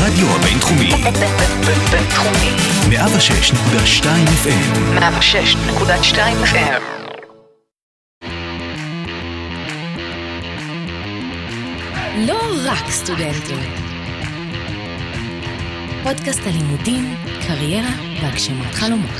הרדיו הבינתחומי. בינתחומי. 106.2 FM. 106.2 FM. לא רק סטודנטים. פודקאסט הלימודים, קריירה והגשמת חלומות.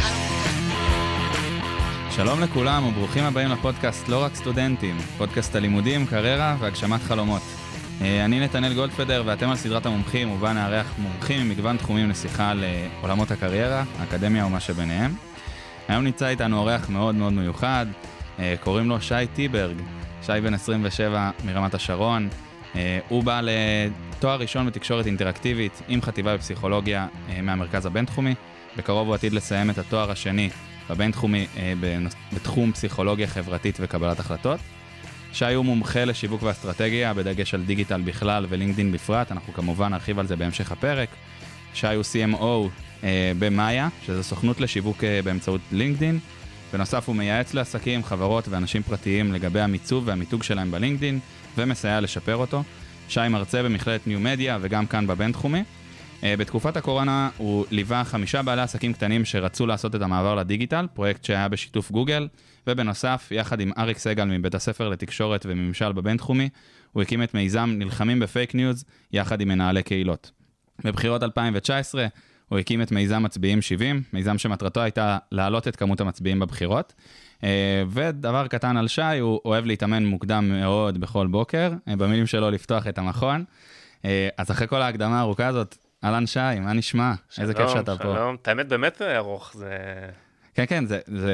שלום לכולם וברוכים הבאים לפודקאסט לא רק סטודנטים, פודקאסט הלימודים, קריירה והגשמת חלומות. אני נתנאל גולדפדר ואתם על סדרת המומחים ובה נארח מומחים ממגוון תחומים לשיחה על עולמות הקריירה, האקדמיה ומה שביניהם. היום נמצא איתנו אורח מאוד מאוד מיוחד, קוראים לו שי טיברג, שי בן 27 מרמת השרון. הוא בא לתואר ראשון בתקשורת אינטראקטיבית עם חטיבה בפסיכולוגיה מהמרכז הבינתחומי. בקרוב הוא עתיד לסיים את התואר השני בבינתחומי בתחום פסיכולוגיה חברתית וקבלת החלטות. שי הוא מומחה לשיווק ואסטרטגיה, בדגש על דיגיטל בכלל ולינקדין בפרט. אנחנו כמובן נרחיב על זה בהמשך הפרק. שי הוא CMO במאיה, שזו סוכנות לשיווק באמצעות לינקדין. בנוסף הוא מייעץ לעסקים, חברות ואנשים פרטיים לגבי המיצוב והמיתוג שלהם בלינקדין, ומסייע לשפר אותו. שי מרצה במכללת ניו מדיה וגם כאן בבינתחומי. בתקופת הקורונה הוא ליווה 5 בעלי עסקים קטנים שרצו לעשות את המעבר לדיגיטל, פרויקט שהיה בשיתוף גוגל, ובנוסף, יחד עם אריק סגל מבית הספר לתקשורת וממשל בבינתחומי, הוא הקים את מיזם נלחמים בפייק ניוז יחד עם מנהלי קהילות. בבחירות 2019 הוא הקים את מיזם מצביעים 70, מיזם שמטרתו הייתה להעלות את כמות המצביעים בבחירות. ודבר קטן על שי, הוא אוהב להתאמן מוקדם מאוד בכל בוקר, במילים שלו לפתוח את המכון. אז אחרי כל ההקדמה הארוכה הזאת, אלן שי, מה נשמע? איזה כיף שאתה פה. שלום, האמת באמת ארוך. כן,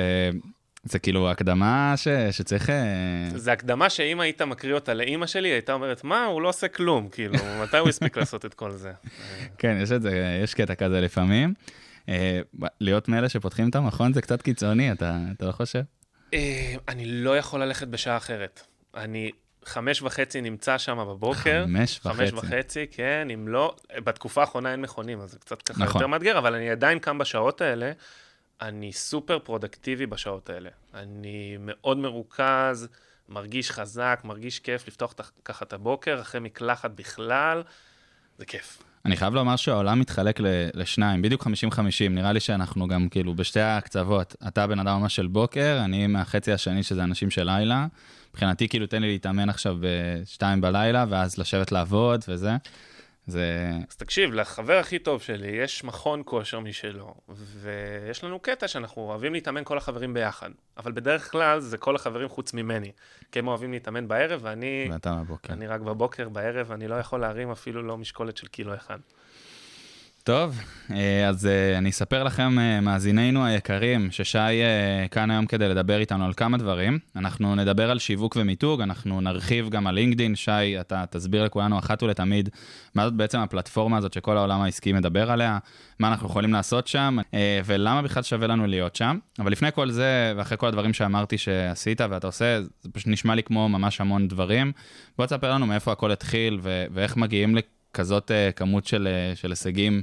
זה כאילו הקדמה שצריך... זה הקדמה שאמא היית מקריא אותה לאמא שלי, הייתה אומרת, מה, הוא לא עושה כלום, כאילו, מתי הוא הספיק לעשות את כל זה? כן, יש קטע כזה לפעמים. להיות מאלה שפותחים את המכון זה קצת קיצוני, אתה לא חושב? אני לא יכול ללכת בשעה אחרת. אני 5:30 נמצא שם בבוקר. 5:30? 5:30, כן, אם לא, בתקופה האחרונה אין מכונים, אז זה קצת ככה יותר מאתגר, אבל אני עדיין קם בשעות האלה, אני סופר פרודקטיבי בשעות האלה. אני מאוד מרוכז, מרגיש חזק, מרגיש כיף לפתוח ככה את הבוקר, אחרי מקלחת בכלל, זה כיף. אני חייב לומר שהעולם מתחלק לשניים, בדיוק 50-50, נראה לי שאנחנו גם כאילו בשתי הקצוות, אתה בן אדם ממש של בוקר, אני מהחצי השני שזה אנשים של לילה, מבחינתי כאילו תן לי להתאמן עכשיו ב-2 בלילה, ואז לשבת לעבוד וזה. אז תקשיב, לחבר הכי טוב שלי יש מכון כושר משלו, ויש לנו קטע שאנחנו אוהבים להתאמן כל החברים ביחד, אבל בדרך כלל זה כל החברים חוץ ממני, כי הם אוהבים להתאמן בערב, ואני רק בבוקר, בערב, אני לא יכול להרים אפילו לא משקולת של קילו אחד. טוב, אז אני אספר לכם, מאזינינו היקרים, ששי כאן היום כדי לדבר איתנו על כמה דברים. אנחנו נדבר על שיווק ומיתוג, אנחנו נרחיב גם על לינקדין. שי, אתה תסביר לכולנו אחת ולתמיד מה זאת בעצם הפלטפורמה הזאת שכל העולם העסקי מדבר עליה, מה אנחנו יכולים לעשות שם, ולמה בכלל שווה לנו להיות שם. אבל לפני כל זה, ואחרי כל הדברים שאמרתי שעשית ואתה עושה, זה פשוט נשמע לי כמו ממש המון דברים. בוא תספר לנו מאיפה הכל התחיל ואיך מגיעים לכזאת כמות של הישגים.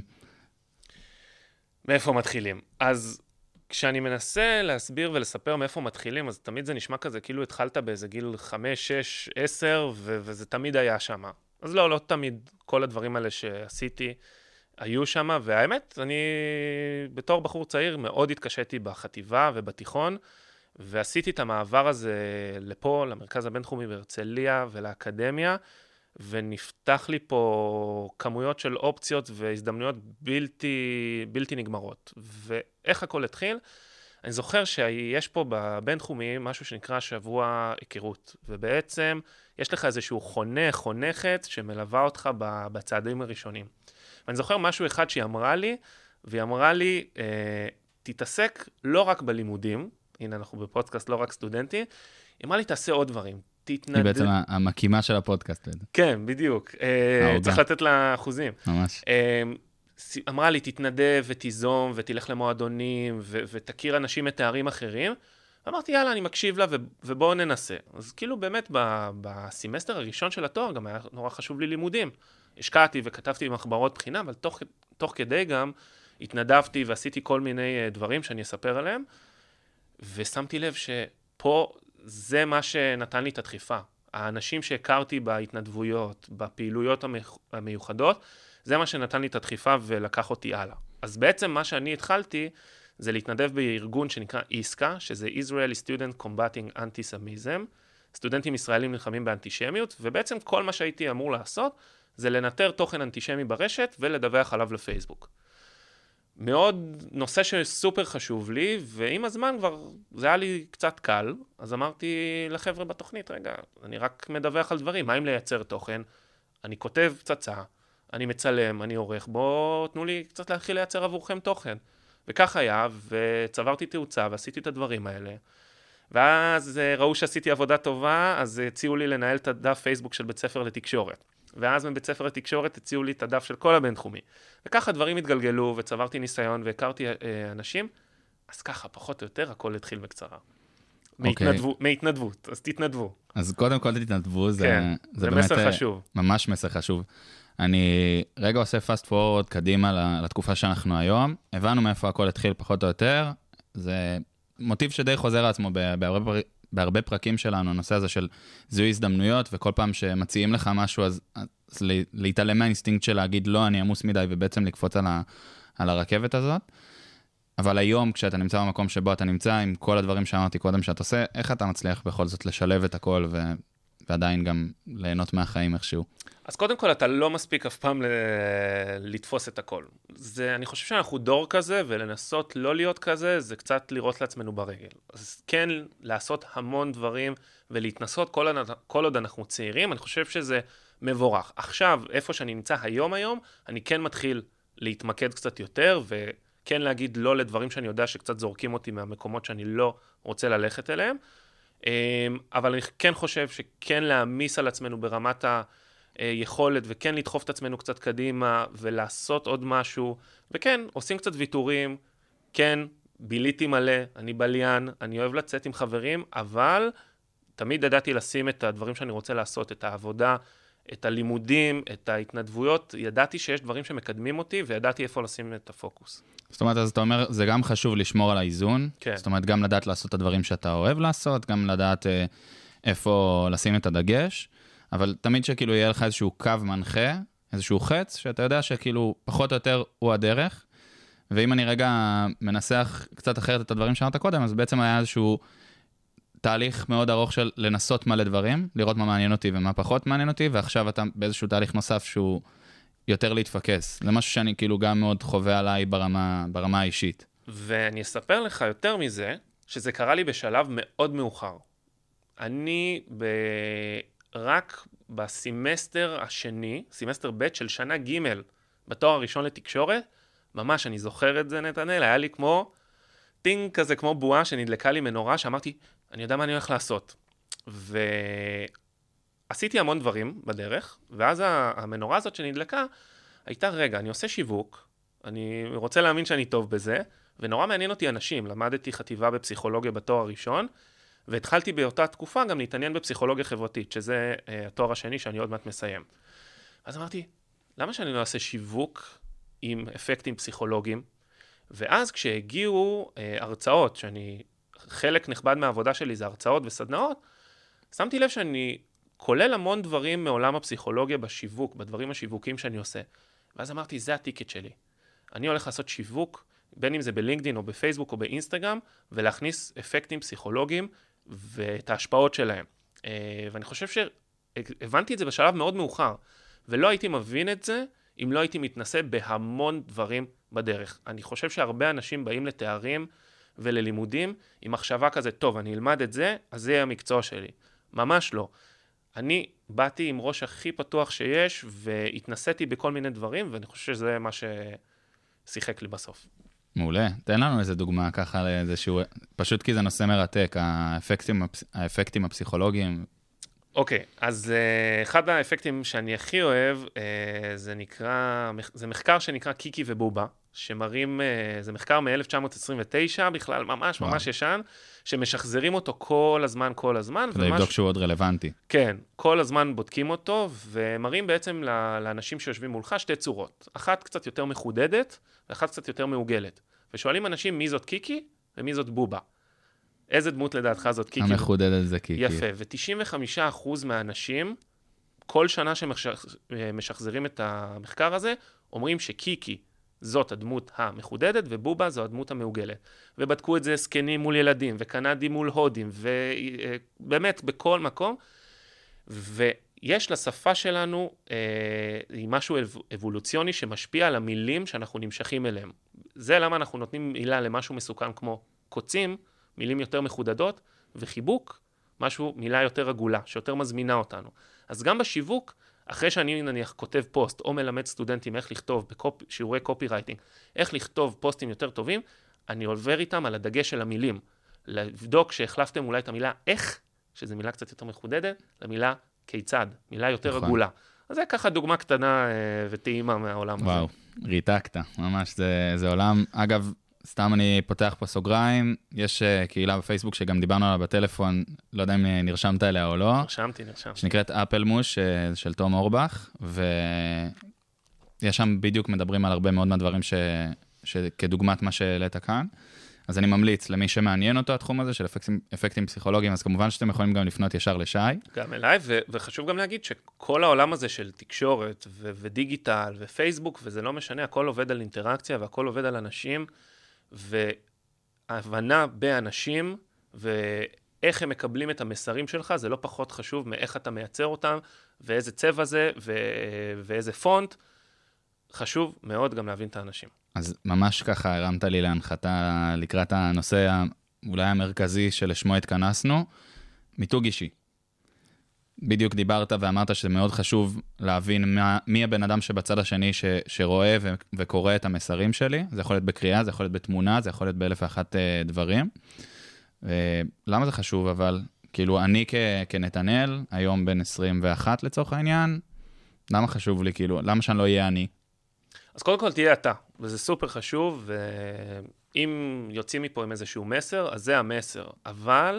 מאיפה מתחילים? אז כשאני מנסה להסביר ולספר מאיפה מתחילים, אז תמיד זה נשמע כזה, כאילו התחלת באיזה גיל 5, 6, 10, וזה תמיד היה שם. אז לא תמיד כל הדברים האלה שעשיתי היו שם, והאמת, אני בתור בחור צעיר מאוד התקשיתי בחטיבה ובתיכון, ועשיתי את המעבר הזה לפה, למרכז הבינתחומי בהרצליה ולאקדמיה, ונפתח לי פה כמויות של אופציות והזדמנויות בלתי נגמרות. ואיך הכל התחיל? אני זוכר שיש פה בבינתחומי משהו שנקרא שבוע היכרות, ובעצם יש לך איזשהו חונכת שמלווה אותך בצעדים הראשונים. ואני זוכר משהו אחד שהיא אמרה לי, תתעסק לא רק בלימודים, הנה אנחנו בפודקאסט לא רק סטודנטי, היא אמרה לי תעשה עוד דברים. היא בעצם המקימה של הפודקאסט. כן, בדיוק. צריך לתת לה אחוזים. ממש. אמרה לי, תתנדב ותיזום ותלך למועדונים ותכיר אנשים מתארים אחרים. אמרתי, יאללה, אני מקשיב לה ובואו ננסה. אז כאילו באמת בסמסטר הראשון של התואר גם היה נורא חשוב לי לימודים. השקעתי וכתבתי מחברות בחינה, אבל תוך כדי גם התנדבתי ועשיתי כל מיני דברים שאני אספר עליהם, ושמתי לב שפה זה מה שנתן לי את הדחיפה. האנשים שהכרתי בהתנדבויות, בפעילויות המיוחדות, זה מה שנתן לי את הדחיפה ולקח אותי הלאה. אז בעצם מה שאני התחלתי, זה להתנדב בארגון שנקרא איסקה, שזה Israeli Student Combating Antisemitism, סטודנטים ישראלים נלחמים באנטישמיות, ובעצם כל מה שהייתי אמור לעשות, זה לנטר תוכן אנטישמי ברשת ולדווח עליו לפייסבוק. מאוד נושא שסופר חשוב לי, ועם הזמן כבר זה היה לי קצת קל, אז אמרתי לחבר'ה בתוכנית, רגע, אני רק מדווח על דברים, מה אם לייצר תוכן? אני כותב פצצה, אני מצלם, אני עורך, בואו תנו לי קצת להתחיל לייצר עבורכם תוכן. וכך היה, וצברתי תאוצה ועשיתי את הדברים האלה. ואז ראו שעשיתי עבודה טובה, אז הציעו לי לנהל את הדף פייסבוק של בית ספר לתקשורת. ואז מבית ספר לתקשורת הציעו לי את הדף של כל הבינתחומי. וככה דברים התגלגלו, וצברתי ניסיון, והכרתי אנשים, אז ככה, פחות או יותר, הכל התחיל בקצרה. מהתנדבות, אז תתנדבו. אז קודם כל תתנדבו, זה מסר חשוב. ממש מסר חשוב. אני רגע עושה פאסט פורוורד קדימה לתקופה שאנחנו היום, הבנו מאיפה הכל התחיל פחות או יותר, זה מוטיב שדי חוזר לעצמו בהרבה פרקים שלנו, הנושא הזה של זיהוי הזדמנויות, וכל פעם שמציעים לך משהו, אז להתעלם מהאינסטינקט של להגיד לא, אני עמוס מדי, ובעצם לקפוץ על הרכבת הזאת. אבל היום, כשאתה נמצא במקום שבו אתה נמצא, עם כל הדברים שאמרתי קודם שאת עושה, איך אתה מצליח בכל זאת לשלב את הכל, ועדיין גם ליהנות מהחיים איכשהו? אז קודם כל, אתה לא מספיק אף פעם לתפוס את הכל. אני חושב שאנחנו דור כזה, ולנסות לא להיות כזה, זה קצת לראות לעצמנו ברגל. אז כן, לעשות המון דברים, ולהתנסות כל עוד אנחנו צעירים, אני חושב שזה מבורך. עכשיו, איפה שאני נמצא היום, אני כן מתחיל להתמקד קצת יותר, וכן להגיד לא לדברים שאני יודע שקצת זורקים אותי מהמקומות שאני לא רוצה ללכת אליהם. אבל אני כן חושב שכן להעמיס על עצמנו ברמת היכולת, וכן לדחוף את עצמנו קצת קדימה, ולעשות עוד משהו, וכן, עושים קצת ויתורים, כן, ביליתי מלא, אני בליין, אני אוהב לצאת עם חברים, אבל תמיד ידעתי לשים את הדברים שאני רוצה לעשות, את העבודה, את הלימודים, את ההתנדבויות, ידעתי שיש דברים שמקדמים אותי, וידעתי איפה לשים את הפוקוס. זאת אומרת, אז אתה אומר, זה גם חשוב לשמור על האיזון, כן. זאת אומרת, גם לדעת לעשות את הדברים שאתה אוהב לעשות, גם לדעת איפה לשים את הדגש, אבל תמיד שכאילו יהיה לך איזשהו קו מנחה, איזשהו חץ, שאתה יודע שכאילו פחות או יותר הוא הדרך, ואם אני רגע מנסח קצת אחרת את הדברים שאמרת קודם, אז בעצם היה איזשהו תהליך מאוד ארוך של לנסות מלא דברים, לראות מה מעניין אותי ומה פחות מעניין אותי, ועכשיו אתה באיזשהו תהליך נוסף שהוא יותר להתפקס. זה משהו שאני כאילו גם מאוד חווה עליי ברמה האישית. ואני אספר לך יותר מזה, שזה קרה לי בשלב מאוד מאוחר. אני רק בסמסטר השני, סמסטר ב' של שנה ג' בתואר הראשון לתקשורת, ממש אני זוכר את זה נתנאל, היה לי כמו טינג כזה, כמו בועה שנדלקה לי מנורה, שאמרתי, אני יודע מה אני הולך לעשות. ועשיתי המון דברים בדרך, ואז המנורה הזאת שנדלקה, הייתה רגע, אני עושה שיווק, אני רוצה להאמין שאני טוב בזה, ונורא מעניין אותי אנשים, למדתי חטיבה בפסיכולוגיה בתואר הראשון, והתחלתי באותה תקופה גם להתעניין בפסיכולוגיה חברתית, שזה התואר השני שאני עוד מעט מסיים. אז אמרתי, למה שאני לא אעשה שיווק עם אפקטים פסיכולוגיים? ואז כשהגיעו הרצאות, חלק נכבד מהעבודה שלי זה הרצאות וסדנאות, שמתי לב שאני כולל המון דברים מעולם הפסיכולוגיה בשיווק, בדברים השיווקיים שאני עושה. ואז אמרתי, זה הטיקט שלי. אני הולך לעשות שיווק, בין אם זה בלינקדין או בפייסבוק או באינסטגרם, ולהכניס אפקטים פסיכולוגיים ואת ההשפעות שלהם. ואני חושב שהבנתי את זה בשלב מאוד מאוחר, ולא הייתי מבין את זה אם לא הייתי מתנסה בהמון דברים בדרך. אני חושב שהרבה אנשים באים לתארים וללימודים עם מחשבה כזה, טוב, אני אלמד את זה, אז זה יהיה המקצוע שלי. ממש לא. אני באתי עם ראש הכי פתוח שיש, והתנסיתי בכל מיני דברים, ואני חושב שזה מה ששיחק לי בסוף. מעולה. תן לנו איזה דוגמה ככה לאיזשהו, פשוט כי זה נושא מרתק, האפקטים הפסיכולוגיים. אוקיי, אז אחד האפקטים שאני הכי אוהב, זה מחקר שנקרא קיקי ובובה, שמראים, זה מחקר מ-1929, בכלל ממש ממש ישן, שמשחזרים אותו כל הזמן. כדי לבדוק שהוא עוד רלוונטי. כן, כל הזמן בודקים אותו, ומראים בעצם לאנשים שיושבים מולך שתי צורות. אחת קצת יותר מחודדת, ואחת קצת יותר מעוגלת. ושואלים אנשים מי זאת קיקי ומי זאת בובה. איזה דמות לדעתך זאת קיקי? המחודדת זה קיקי. יפה, ו-95% מהאנשים, כל שנה שמשחזרים את המחקר הזה, אומרים שקיקי זאת הדמות המחודדת, ובובה זו הדמות המעוגלת. ובדקו את זה סקנים מול ילדים, וקנדים מול הודים, ובאמת בכל מקום. ויש לשפה שלנו משהו אבולוציוני שמשפיע על המילים שאנחנו נמשכים אליהם. זה למה אנחנו נותנים מילה למשהו מסוכן כמו קוצים, מילים יותר מחודדות, וחיבוק, מילה יותר עגולה, שיותר מזמינה אותנו. אז גם בשיווק, אחרי שאני נניח כותב פוסט, או מלמד סטודנטים איך לכתוב בשיעורי קופי רייטינג, איך לכתוב פוסטים יותר טובים, אני עובר איתם על הדגש של המילים. לבדוק שהחלפתם אולי את המילה איך, שזו מילה קצת יותר מחודדת, למילה כיצד, מילה יותר עגולה. אז זה ככה דוגמה קטנה וטעימה מהעולם הזה. וואו, ריתקת, ממש, זה עולם. אגב, סתם אני פותח פה סוגריים, יש קהילה בפייסבוק שגם דיברנו עליה בטלפון, לא יודע אם נרשמת אליה או לא. נרשמתי. שנקראת אפלמוש של תום אורבך, ויש שם בדיוק מדברים על הרבה מאוד מהדברים שכדוגמת מה שהעלית כאן. אז אני ממליץ למי שמעניין אותו התחום הזה של אפקטים פסיכולוגיים, אז כמובן שאתם יכולים גם לפנות ישר לשי. גם אליי, וחשוב גם להגיד שכל העולם הזה של תקשורת ודיגיטל ופייסבוק, וזה לא משנה, הכל עובד על אינטראקציה והכל עובד על אנשים, וההבנה באנשים ואיך הם מקבלים את המסרים שלך, זה לא פחות חשוב מאיך אתה מייצר אותם, ואיזה צבע זה, ואיזה פונט. חשוב מאוד גם להבין את האנשים. אז ממש ככה הרמת לי להנחתה לקראת הנושא אולי המרכזי שלשמו התכנסנו, מיתוג אישי. בדיוק דיברת ואמרת שזה מאוד חשוב להבין מי הבן אדם שבצד השני שרואה וקורא את המסרים שלי. זה יכול להיות בקריאה, זה יכול להיות בתמונה, זה יכול להיות באלף ואחת דברים. למה זה חשוב? אבל כאילו אני כנתנאל, היום בן 21 לצורך העניין, למה חשוב לי כאילו? למה שאני לא אהיה אני? אז קודם כל תהיה אתה, וזה סופר חשוב, ואם יוצאים מפה עם איזשהו מסר, אז זה המסר. אבל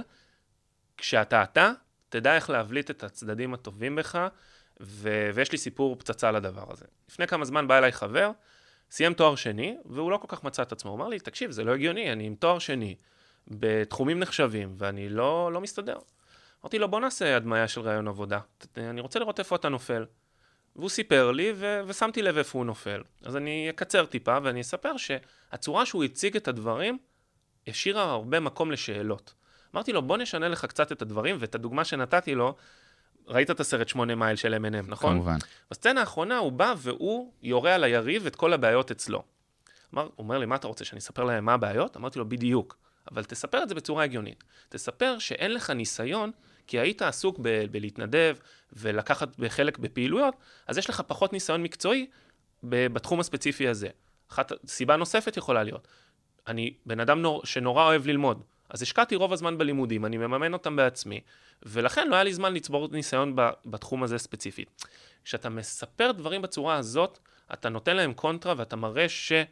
כשאתה תדע איך להבליט את הצדדים הטובים בך, ויש לי סיפור פצצה לדבר הזה. לפני כמה זמן בא אליי חבר, סיים תואר שני, והוא לא כל כך מצא את עצמו. הוא אמר לי, תקשיב, זה לא הגיוני, אני עם תואר שני, בתחומים נחשבים, ואני לא מסתדר. אמרתי לו, בוא נעשה הדמיה של רעיון עבודה. אני רוצה לראות איפה אתה נופל. והוא סיפר לי, ושמתי לב איפה הוא נופל. אז אני אקצר טיפה, ואני אספר שהצורה שהוא הציג את הדברים, השאירה הרבה מקום לשאלות. אמרתי לו, בוא נשנה לך קצת את הדברים, ואת הדוגמה שנתתי לו, ראית את הסרט 8 מייל של M&M, נכון? כמובן. בסצנה האחרונה הוא בא והוא יורה על היריב את כל הבעיות אצלו. הוא אומר לי, מה אתה רוצה, שאני אספר להם מה הבעיות? אמרתי לו, בדיוק. אבל תספר את זה בצורה הגיונית. תספר שאין לך ניסיון, כי היית עסוק בלהתנדב ולקחת חלק בפעילויות, אז יש לך פחות ניסיון מקצועי בתחום הספציפי הזה. סיבה נוספת יכולה להיות. אני בן אדם שנורא אוהב ללמוד, אז השקעתי רוב הזמן בלימודים, אני מממן אותם בעצמי, ולכן לא היה לי זמן לצבור ניסיון בתחום הזה ספציפית. כשאתה מספר דברים בצורה הזאת, אתה נותן להם קונטרה ואתה מראה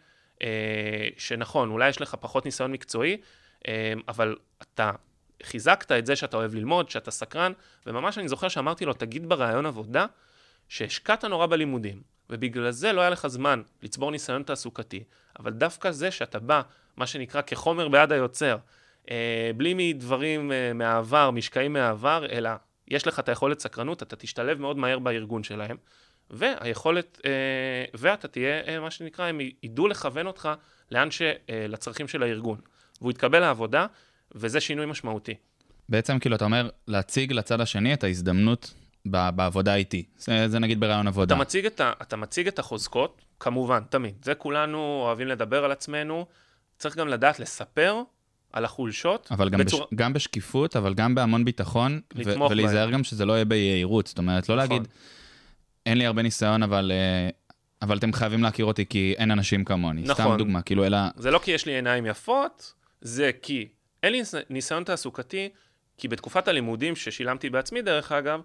שנכון, אולי יש לך פחות ניסיון מקצועי, אבל אתה חיזקת את זה שאתה אוהב ללמוד, שאתה סקרן, וממש אני זוכר שאמרתי לו, תגיד ברעיון עבודה, שהשקעת נורא בלימודים, ובגלל זה לא היה לך זמן לצבור ניסיון תעסוקתי, אבל דווקא זה שאתה בא, מה שנקרא כחומר ביד היוצר, בלי מדברים מהעבר, משקעים מהעבר, אלא יש לך את היכולת סקרנות, אתה תשתלב מאוד מהר בארגון שלהם, והיכולת, ואתה תהיה, מה שנקרא, הם ידעו לכוון אותך לצרכים של הארגון. והוא יתקבל לעבודה, וזה שינוי משמעותי. בעצם כאילו אתה אומר, להציג לצד השני את ההזדמנות בעבודה איתי. זה נגיד ברעיון עבודה. אתה מציג את החוזקות, כמובן, תמיד. זה כולנו אוהבים לדבר על עצמנו. צריך גם לדעת לספר על החולשות. אבל גם בשקיפות, אבל גם בהמון ביטחון. ולהיזהר גם שזה לא יהיה ביהירות. זאת אומרת, לא להגיד, אין לי הרבה ניסיון, אבל אתם חייבים להכיר אותי כי אין אנשים כמוני. נכון. סתם דוגמה, כאילו אלא... זה לא כי יש לי עיניים יפות, זה כי אין לי ניסיון תעסוקתי, כי בתקופת הלימודים ששילמתי בעצמי דרך אגב,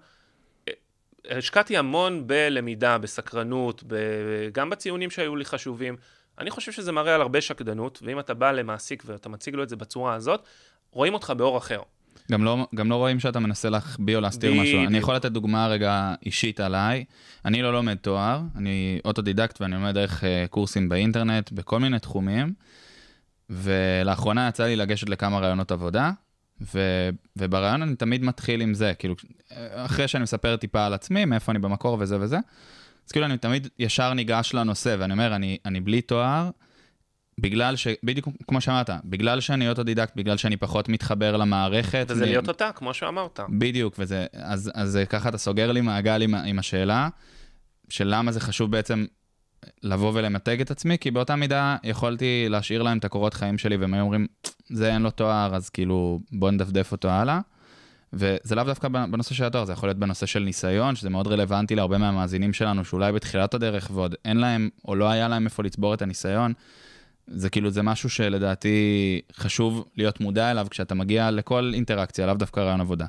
השקעתי המון בלמידה, בסקרנות, גם בציונים שהיו לי חשובים. אני חושב שזה מראה על הרבה שקדנות, ואם אתה בא למעסיק ואתה מציג לו את זה בצורה הזאת, רואים אותך באור אחר. גם לא רואים שאתה מנסה להחביא או להסתיר משהו. אני יכול לתת דוגמה רגע אישית עליי. אני לא לומד תואר, אני אוטודידקט ואני לומד דרך קורסים באינטרנט, בכל מיני תחומים, ולאחרונה יצא לי לגשת לכמה רעיונות עבודה, וברעיון אני תמיד מתחיל עם זה, כאילו, אחרי שאני מספר טיפה על עצמי, מאיפה אני במקור וזה וזה, אז כאילו אני תמיד ישר ניגש לנושא, ואני אומר, אני בלי תואר, בגלל בדיוק כמו שאמרת, בגלל שאני אוטודידקט, בגלל שאני פחות מתחבר למערכת. וזה להיות אותה, כמו שאמרת. בדיוק, אז ככה אתה סוגר לי מעגל עם השאלה, של למה זה חשוב בעצם לבוא ולמתג את עצמי, כי באותה מידה יכולתי להשאיר להם את הקורות חיים שלי, והם היו אומרים, זה אין לו תואר, אז כאילו בוא נדפדף אותו הלאה. וזה לאו דווקא בנושא של התואר, זה יכול להיות בנושא של ניסיון, שזה מאוד רלוונטי להרבה מהמאזינים שלנו, שאולי בתחילת הדרך ועוד אין להם, או לא היה להם איפה לצבור את הניסיון. זה כאילו, זה משהו שלדעתי חשוב להיות מודע אליו, כשאתה מגיע לכל אינטראקציה, לאו דווקא רעיון עבודה.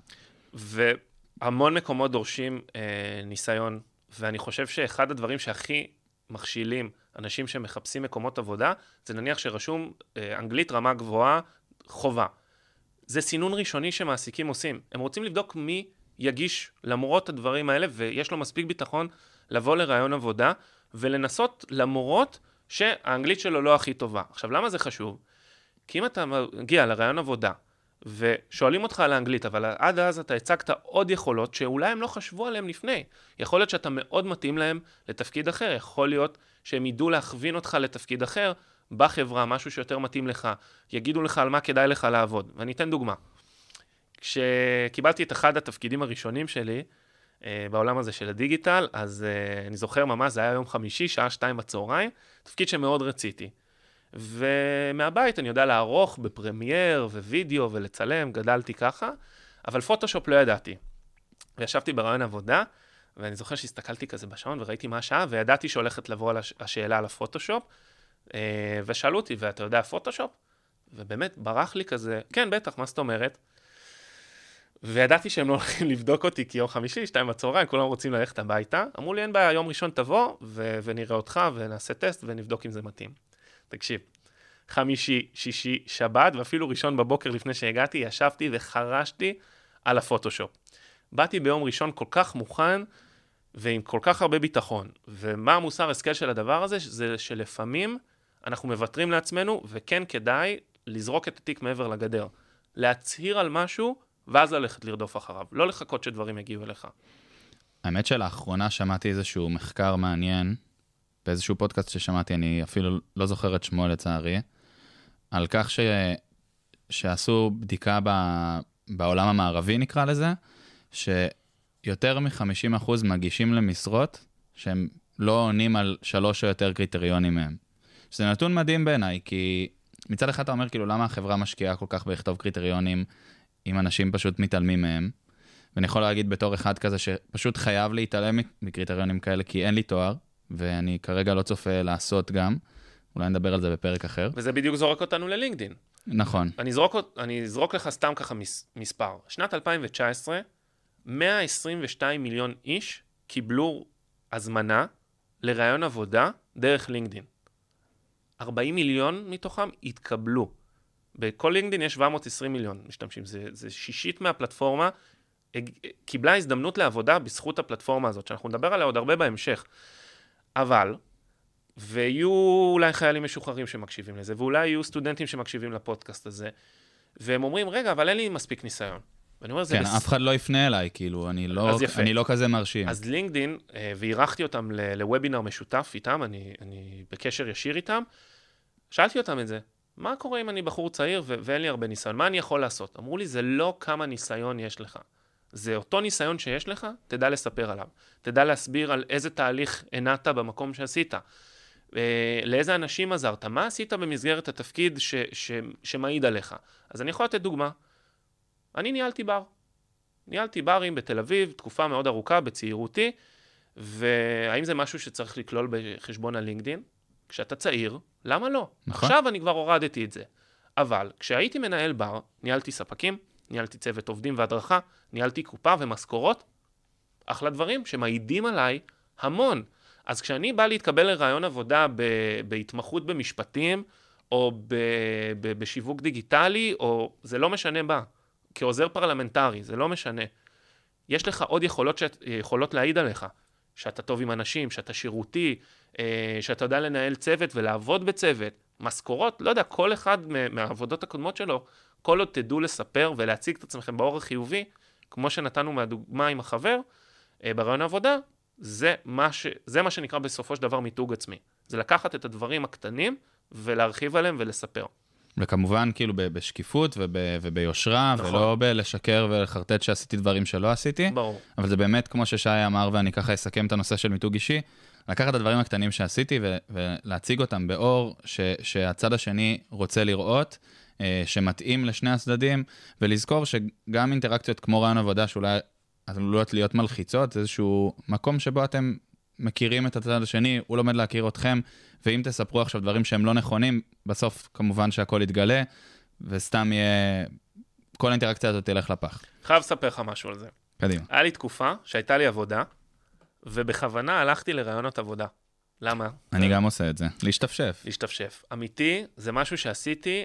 והמון מקומות דורשים ניסיון, ואני חושב שאחד הדברים שהכי מכשילים אנשים שמחפשים מקומות עבודה, זה נניח שרשום אנגלית רמה גבוהה, חובה. זה סינון ראשוני שמעסיקים עושים. הם רוצים לבדוק מי יגיש למרות הדברים האלה, ויש לו מספיק ביטחון לבוא לרעיון עבודה, ולנסות למרות שהאנגלית שלו לא הכי טובה. עכשיו, למה זה חשוב? כי אם אתה מגיע לרעיון עבודה, ושואלים אותך על האנגלית, אבל עד אז אתה הצגת עוד יכולות שאולי הם לא חשבו עליהם לפני. יכול להיות שאתה מאוד מתאים להם לתפקיד אחר, יכול להיות שהם ידעו להכווין אותך לתפקיד אחר בחברה, משהו שיותר מתאים לך, יגידו לך על מה כדאי לך לעבוד. ואני אתן דוגמה. כשקיבלתי את אחד התפקידים הראשונים שלי, בעולם הזה של הדיגיטל, אז אני זוכר ממש, זה היה יום חמישי, שעה 2 בצהריים, תפקיד שמאוד רציתי. ומהבית אני יודע לערוך בפרמייר ווידאו ולצלם, גדלתי ככה, אבל פוטושופ לא ידעתי. וישבתי ברעיון עבודה, ואני זוכר שהסתכלתי כזה בשעון וראיתי מה השעה, וידעתי שהולכת לבוא השאלה על הפוטושופ, ושאלו אותי, ואתה יודע פוטושופ? ובאמת ברח לי כזה, כן בטח, מה זאת אומרת? וידעתי שהם לא הולכים לבדוק אותי, כי יום חמישי, 2 בצהריים, כולם רוצים ללכת הביתה. אמרו לי, אין בעיה, יום ראשון תבוא, ונראה אותך, ונעשה טסט, ונבדוק אם זה מתאים. תקשיב, חמישי, שישי, שבת, ואפילו ראשון בבוקר לפני שהגעתי, ישבתי וחרשתי על הפוטושופ. באתי ביום ראשון כל כך מוכן, ועם כל כך הרבה ביטחון. ומה המוסר השכל של הדבר הזה? זה שלפעמים אנחנו מוותרים לעצמנו, וכן כדאי לזרוק את התיק מעבר לגדר. להצהיר על משהו, ואז ללכת לרדוף אחריו. לא לחכות שדברים יגיעו אליך. האמת שלאחרונה שמעתי איזשהו מחקר מעניין, באיזשהו פודקאסט ששמעתי, אני אפילו לא זוכר את שמו לצערי, על כך שעשו בדיקה בעולם המערבי נקרא לזה, שיותר מ-50% מגישים למשרות, שהם לא עונים על 3 או יותר קריטריונים מהם. שזה נתון מדהים בעיניי, כי מצד אחד אתה אומר כאילו למה החברה משקיעה כל כך בכתוב קריטריונים, אם אנשים פשוט מתעלמים מהם, ואני יכול להגיד בתור אחד כזה שפשוט חייב להתעלם מקריטריונים כאלה, כי אין לי תואר, ואני כרגע לא צופה לעשות גם, אולי נדבר על זה בפרק אחר. וזה בדיוק זורק אותנו ללינקדין. נכון. אני אזרוק לך סתם ככה מספר. שנת 2019, 122 מיליון איש קיבלו הזמנה לרעיון עבודה דרך לינקדין. 40 מיליון מתוכם התקבלו. בכל לינקדין יש 720 מיליון משתמשים. זה שישית מהפלטפורמה, קיבלה הזדמנות לעבודה בזכות הפלטפורמה הזאת, שאנחנו נדבר עליה עוד הרבה בהמשך. אבל, ויהיו אולי חיילים משוחררים שמקשיבים לזה, ואולי יהיו סטודנטים שמקשיבים לפודקאסט הזה, והם אומרים, רגע, אבל אין לי מספיק ניסיון. ואני אומר, כן, אף אחד לא יפנה אליי, כאילו, אני לא כזה מרשים. אז לינקדין, והירחתי אותם לוובינר משותף איתם, אני בקשר ישיר איתם, שאלתי אותם את זה, מה קורה אם אני בחור צעיר ואין לי הרבה ניסיון? מה אני יכול לעשות? אמרו לי, זה לא כמה ניסיון יש לך. זה אותו ניסיון שיש לך, תדע לספר עליו. תדע להסביר על איזה תהליך ענית במקום שעשית. לאיזה אנשים עזרת. מה עשית במסגרת התפקיד שמעיד עליך? אז אני יכול לתת דוגמה. אני ניהלתי בר. ניהלתי ברים בתל אביב, תקופה מאוד ארוכה בצעירותי, והאם זה משהו שצריך לכלול בחשבון הלינקדין? כשאתה צעיר, למה לא? נכון. עכשיו אני כבר הורדתי את זה. אבל כשהייתי מנהל בר, ניהלתי ספקים, ניהלתי צוות עובדים והדרכה, ניהלתי קופה ומשכורות, אחלה דברים שמעידים עליי המון. אז כשאני בא להתקבל לרעיון עבודה בהתמחות במשפטים, או בשיווק דיגיטלי, או זה לא משנה בה, כעוזר פרלמנטרי, זה לא משנה. יש לך עוד יכולות להעיד עליך, שאתה טוב עם אנשים, שאתה שירותי, שאתה יודע לנהל צוות ולעבוד בצוות, משכורות, לא יודע, כל אחד מהעבודות הקודמות שלו, כל עוד תדעו לספר ולהציג את עצמכם באור החיובי, כמו שנתנו מהדוגמה עם החבר, ברעיון העבודה, זה מה שנקרא בסופו של דבר מיתוג עצמי. זה לקחת את הדברים הקטנים ולהרחיב עליהם ולספר. וכמובן, כאילו, בשקיפות וביושרה, נכון. ולא בלשקר ולחרטט שעשיתי דברים שלא עשיתי. ברור. אבל זה באמת, כמו ששי אמר, ואני ככה אסכם את הנושא של מיתוג אישי, לקחת את הדברים הקטנים שעשיתי ולהציג אותם באור שהצד השני רוצה לראות, שמתאים לשני הצדדים, ולזכור שגם אינטראקציות כמו רעיון עבודה, שאולי עלולות להיות מלחיצות, זה איזשהו מקום שבו אתם מכירים את הצד השני, הוא לומד להכיר אתכם, ואם תספרו עכשיו דברים שהם לא נכונים, בסוף כמובן שהכל יתגלה, וסתם יהיה, כל האינטראקציה הזאת תלך לפח. חייב לספר לך משהו על זה. קדימה. היה לי תקופה שהייתה לי עבודה, ובכוונה הלכתי לרעיונות עבודה. למה? אני גם עושה את זה, להשתפשף. להשתפשף. אמיתי, זה משהו שעשיתי,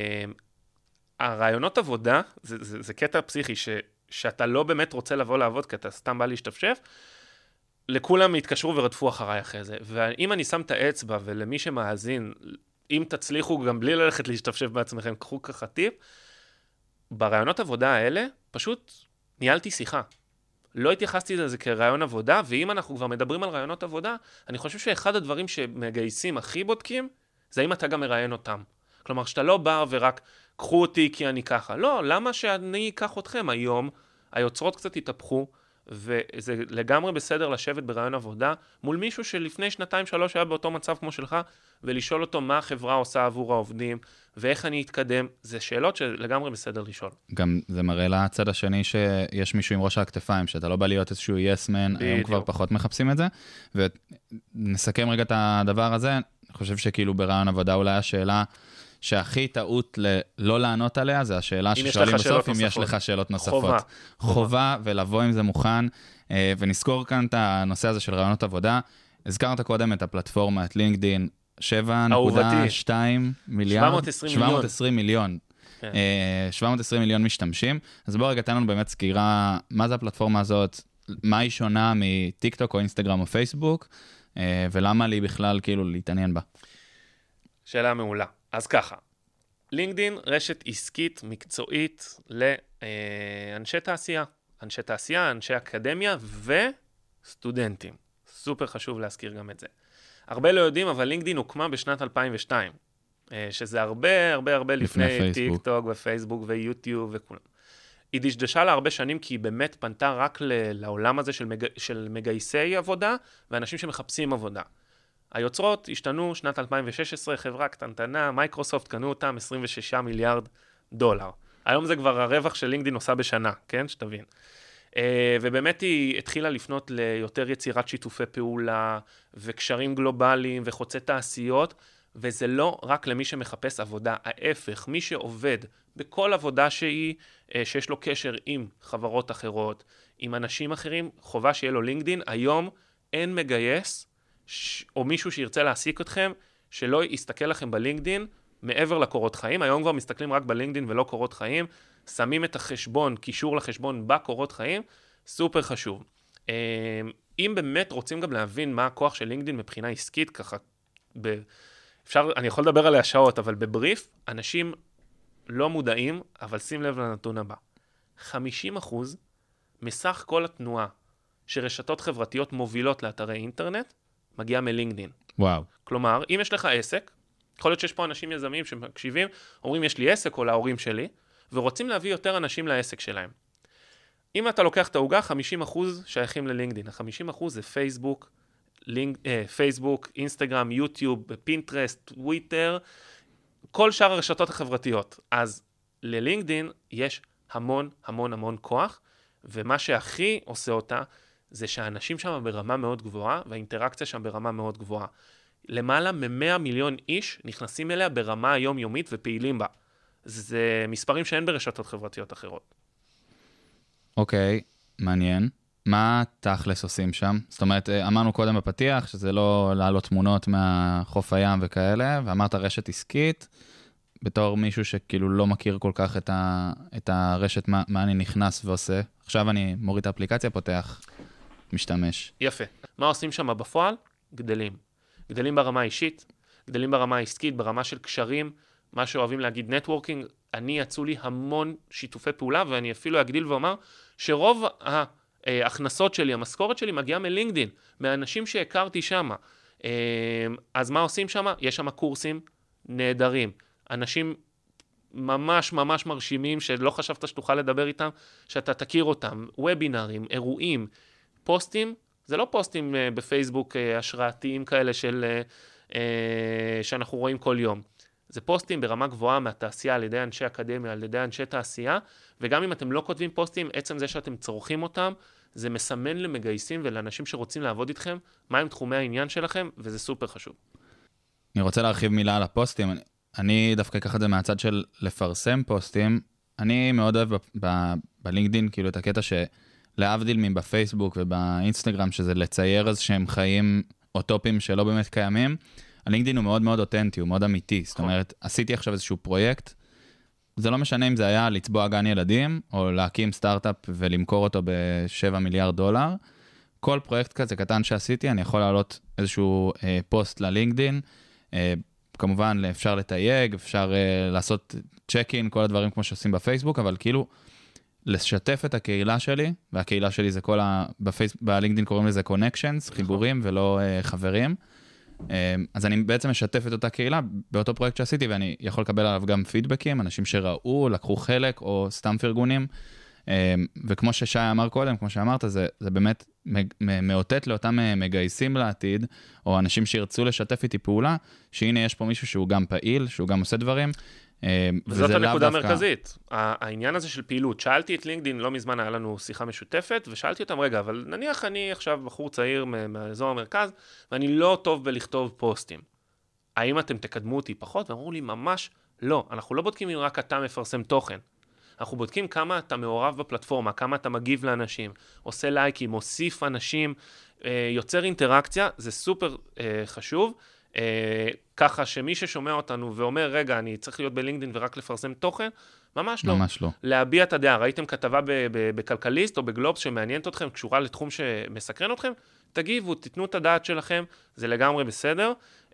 הרעיונות עבודה, זה קטע פסיכי, שאתה לא באמת רוצה לבוא לעבוד, כי אתה סתם בא להשתפשף, לכולם יתקשרו ורדפו אחריי אחרי זה. ואם אני שם את האצבע, ולמי שמאזין, אם תצליחו גם בלי ללכת להשתפשף בעצמכם, קחו ככה טיפ, ברעיונות עבודה האלה, פשוט ניהלתי שיחה. לא התייחסתי לזה כרעיון עבודה, ואם אנחנו כבר מדברים על רעיונות עבודה, אני חושב שאחד הדברים שמגייסים הכי בודקים, זה אם אתה גם מראיין אותם. כלומר, שאתה לא בא ורק, קחו אותי כי אני ככה. לא, למה שאני אקח אתכם היום? היוצרות קצת התהפכו, וזה לגמרי בסדר לשבת ברעיון עבודה, מול מישהו שלפני 2-3 היה באותו מצב כמו שלך, ולשאול אותו מה החברה עושה עבור העובדים, ואיך אני אתקדם. זה שאלות שלגמרי בסדר לשאול. גם זה מראה לצד השני שיש מישהו עם ראש הכתפיים, שאתה לא בא להיות איזשהו yes-man, היום כבר פחות מחפשים את זה, ונסכם רגע את הדבר הזה, אני חושב שכאילו ברעיון עבודה אולי השאלה שהכי טעות לא לענות עליה, זה השאלה ששואלים בסוף, אם יש לך שאלות נוספות. חובה, ולבוא עם זה מוכן, ונזכור כאן את הנושא הזה של רעיונות עבודה. הזכרת קודם את הפלטפורמה, את לינקדין, 7.2 מיליארד, 720 מיליון. 720 מיליון משתמשים. אז בואו רגע תן לנו באמת סקירה, מה זה הפלטפורמה הזאת, מה היא שונה מטיקטוק או אינסטגרם או פייסבוק, ולמה לי בכלל כאילו להתעניין בה. שאלה מעולה. אז ככה, לינקדין רשת עסקית מקצועית לאנשי תעשייה. אנשי תעשייה, אנשי אקדמיה וסטודנטים. סופר חשוב להזכיר גם את זה. הרבה לא יודעים, אבל לינקדין הוקמה בשנת 2002, שזה הרבה לפני טיק טוק ופייסבוק ויוטיוב וכולם. היא דשדשה לה הרבה שנים, כי היא באמת פנתה רק לעולם הזה של מגייסי עבודה, ואנשים שמחפשים עבודה. היוצרות השתנו שנת 2016, חברה קטנטנה, מייקרוסופט קנו אותם 26 מיליארד דולר. היום זה כבר הרווח של לינקדין עושה בשנה, כן? שתבין. ובאמת היא התחילה לפנות ליותר יצירת שיתופי פעולה, וקשרים גלובליים, וחוצי תעשיות, וזה לא רק למי שמחפש עבודה, ההפך, מי שעובד בכל עבודה שיש לו קשר עם חברות אחרות, עם אנשים אחרים, חובה שיהיה לו לינקדין. היום אין מגייס, או מישהו שירצה להעסיק אתכם, שלא יסתכל לכם בלינקדין מעבר לקורות חיים. היום כבר מסתכלים רק בלינקדין ולא קורות חיים, שמים את החשבון, קישור לחשבון בקורות חיים, סופר חשוב. אם באמת רוצים גם להבין מה הכוח של לינקדין מבחינה עסקית, ככה, אני יכול לדבר עליה שעות, אבל בבריף, אנשים לא מודעים, אבל שים לב לנתון הבא. 50% מסך כל התנועה שרשתות חברתיות מובילות לאתרי אינטרנט, מגיעה מלינקדין. וואו. כלומר, אם יש לך עסק, יכול להיות שיש פה אנשים יזמים שמקשיבים, אומרים יש לי עסק או להורים שלי, ורוצים להביא יותר אנשים לעסק שלהם. אם אתה לוקח את ההוגה, 50% שייכים ללינקדין. ה-50% זה פייסבוק, אינסטגרם, יוטיוב, פינטרסט, טוויטר, כל שאר הרשתות החברתיות. אז ללינקדין יש המון כוח, ומה שהכי עושה אותה, זה שהאנשים שם ברמה מאוד גבוהה, והאינטראקציה שם ברמה מאוד גבוהה. למעלה מ100 מיליון איש נכנסים אליה ברמה היומיומית ופעילים בה. זה מספרים שאין ברשתות חברתיות אחרות. אוקיי, מעניין. מה תכלס עושים שם? זאת אומרת, אמרנו קודם בפתיח, שזה לא לעלות תמונות מהחוף הים וכאלה, ואמרת רשת עסקית, בתור מישהו שכאילו לא מכיר כל כך את הרשת, מה אני נכנס ועושה. עכשיו אני מוריד את האפליקציה, פותח, משתמש. יפה. מה עושים שם בפועל? גדלים. גדלים ברמה האישית, גדלים ברמה העסקית, ברמה של קשרים, מה שאוהבים להגיד נטוורקינג, יצאו לי המון שיתופי פעולה, ואני אפילו אגדיל ואומר, שרוב ההכנסות שלי, המשכורת שלי, מגיעה מלינקדין, מהאנשים שהכרתי שם. אז מה עושים שם? יש שם קורסים נהדרים. אנשים ממש ממש מרשימים, שלא חשבת שתוכל לדבר איתם, שאתה תכיר אותם, וובינרים, אירועים, פוסטים, זה לא פוסטים בפייסבוק השראתיים כאלה שאנחנו רואים כל יום. זה פוסטים ברמה גבוהה מהתעשייה, על ידי אנשי אקדמיה, על ידי אנשי תעשייה, וגם אם אתם לא כותבים פוסטים, עצם זה שאתם צורכים אותם, זה מסמן למגייסים ולאנשים שרוצים לעבוד איתכם, מהם תחומי העניין שלכם, וזה סופר חשוב. אני רוצה להרחיב מילה על הפוסטים. אני דווקא אקח את זה מהצד של לפרסם פוסטים. אני מאוד אוהב בלינקדין, כאילו את הקטע שלהבדיל מבפייסבוק ובאינסטגרם, שזה לצייר איזשהם חיים אוטופיים שלא באמת קיימים, הלינקדין הוא מאוד מאוד אותנטי, הוא מאוד אמיתי. זאת אומרת, עשיתי עכשיו איזשהו פרויקט, זה לא משנה אם זה היה לצבוע גן ילדים, או להקים סטארט-אפ ולמכור אותו $7 מיליארד. כל פרויקט כזה קטן שעשיתי, אני יכול להעלות איזשהו פוסט ללינקדין, כמובן אפשר לתייג, אפשר לעשות צ'ק-אין, כל הדברים כמו שעושים בפייסבוק, אבל כאילו לשתף את הקהילה שלי, והקהילה שלי זה כל בלינקדין קוראים לזה connections, חיבורים ולא חברים. אז אני בעצם משתף את אותה קהילה באותו פרויקט שעשיתי, ואני יכול לקבל עליו גם פידבקים, אנשים שראו, לקחו חלק, או סתם פרגונים, וכמו ששי אמר קודם, כמו שאמרת, זה באמת מאותת לאותם מגייסים לעתיד, או אנשים שירצו לשתף איתי פעולה, שהנה יש פה מישהו שהוא גם פעיל, שהוא גם עושה דברים, וזאת הנקודה המרכזית, העניין הזה של פעילות. שאלתי את לינקדין, לא מזמן היה לנו שיחה משותפת, ושאלתי אותם, רגע, אבל נניח אני עכשיו בחור צעיר מאזור המרכז, ואני לא טוב בלכתוב פוסטים. האם אתם תקדמו אותי פחות? ואמרו לי, ממש לא. אנחנו לא בודקים אם רק אתה מפרסם תוכן. אנחנו בודקים כמה אתה מעורב בפלטפורמה, כמה אתה מגיב לאנשים, עושה לייקים, מוסיף אנשים, יוצר אינטראקציה, זה סופר חשוב. ככה שמי ששומע אותנו ואומר, רגע, אני צריך להיות בלינקדין ורק לפרסם תוכן, ממש לא. ממש לא. להביע את הדעה. ראיתם כתבה בכלכליסט או בגלובס שמעניינת אתכם, קשורה לתחום שמסקרן אתכם, תגיבו, תיתנו את הדעת שלכם, זה לגמרי בסדר.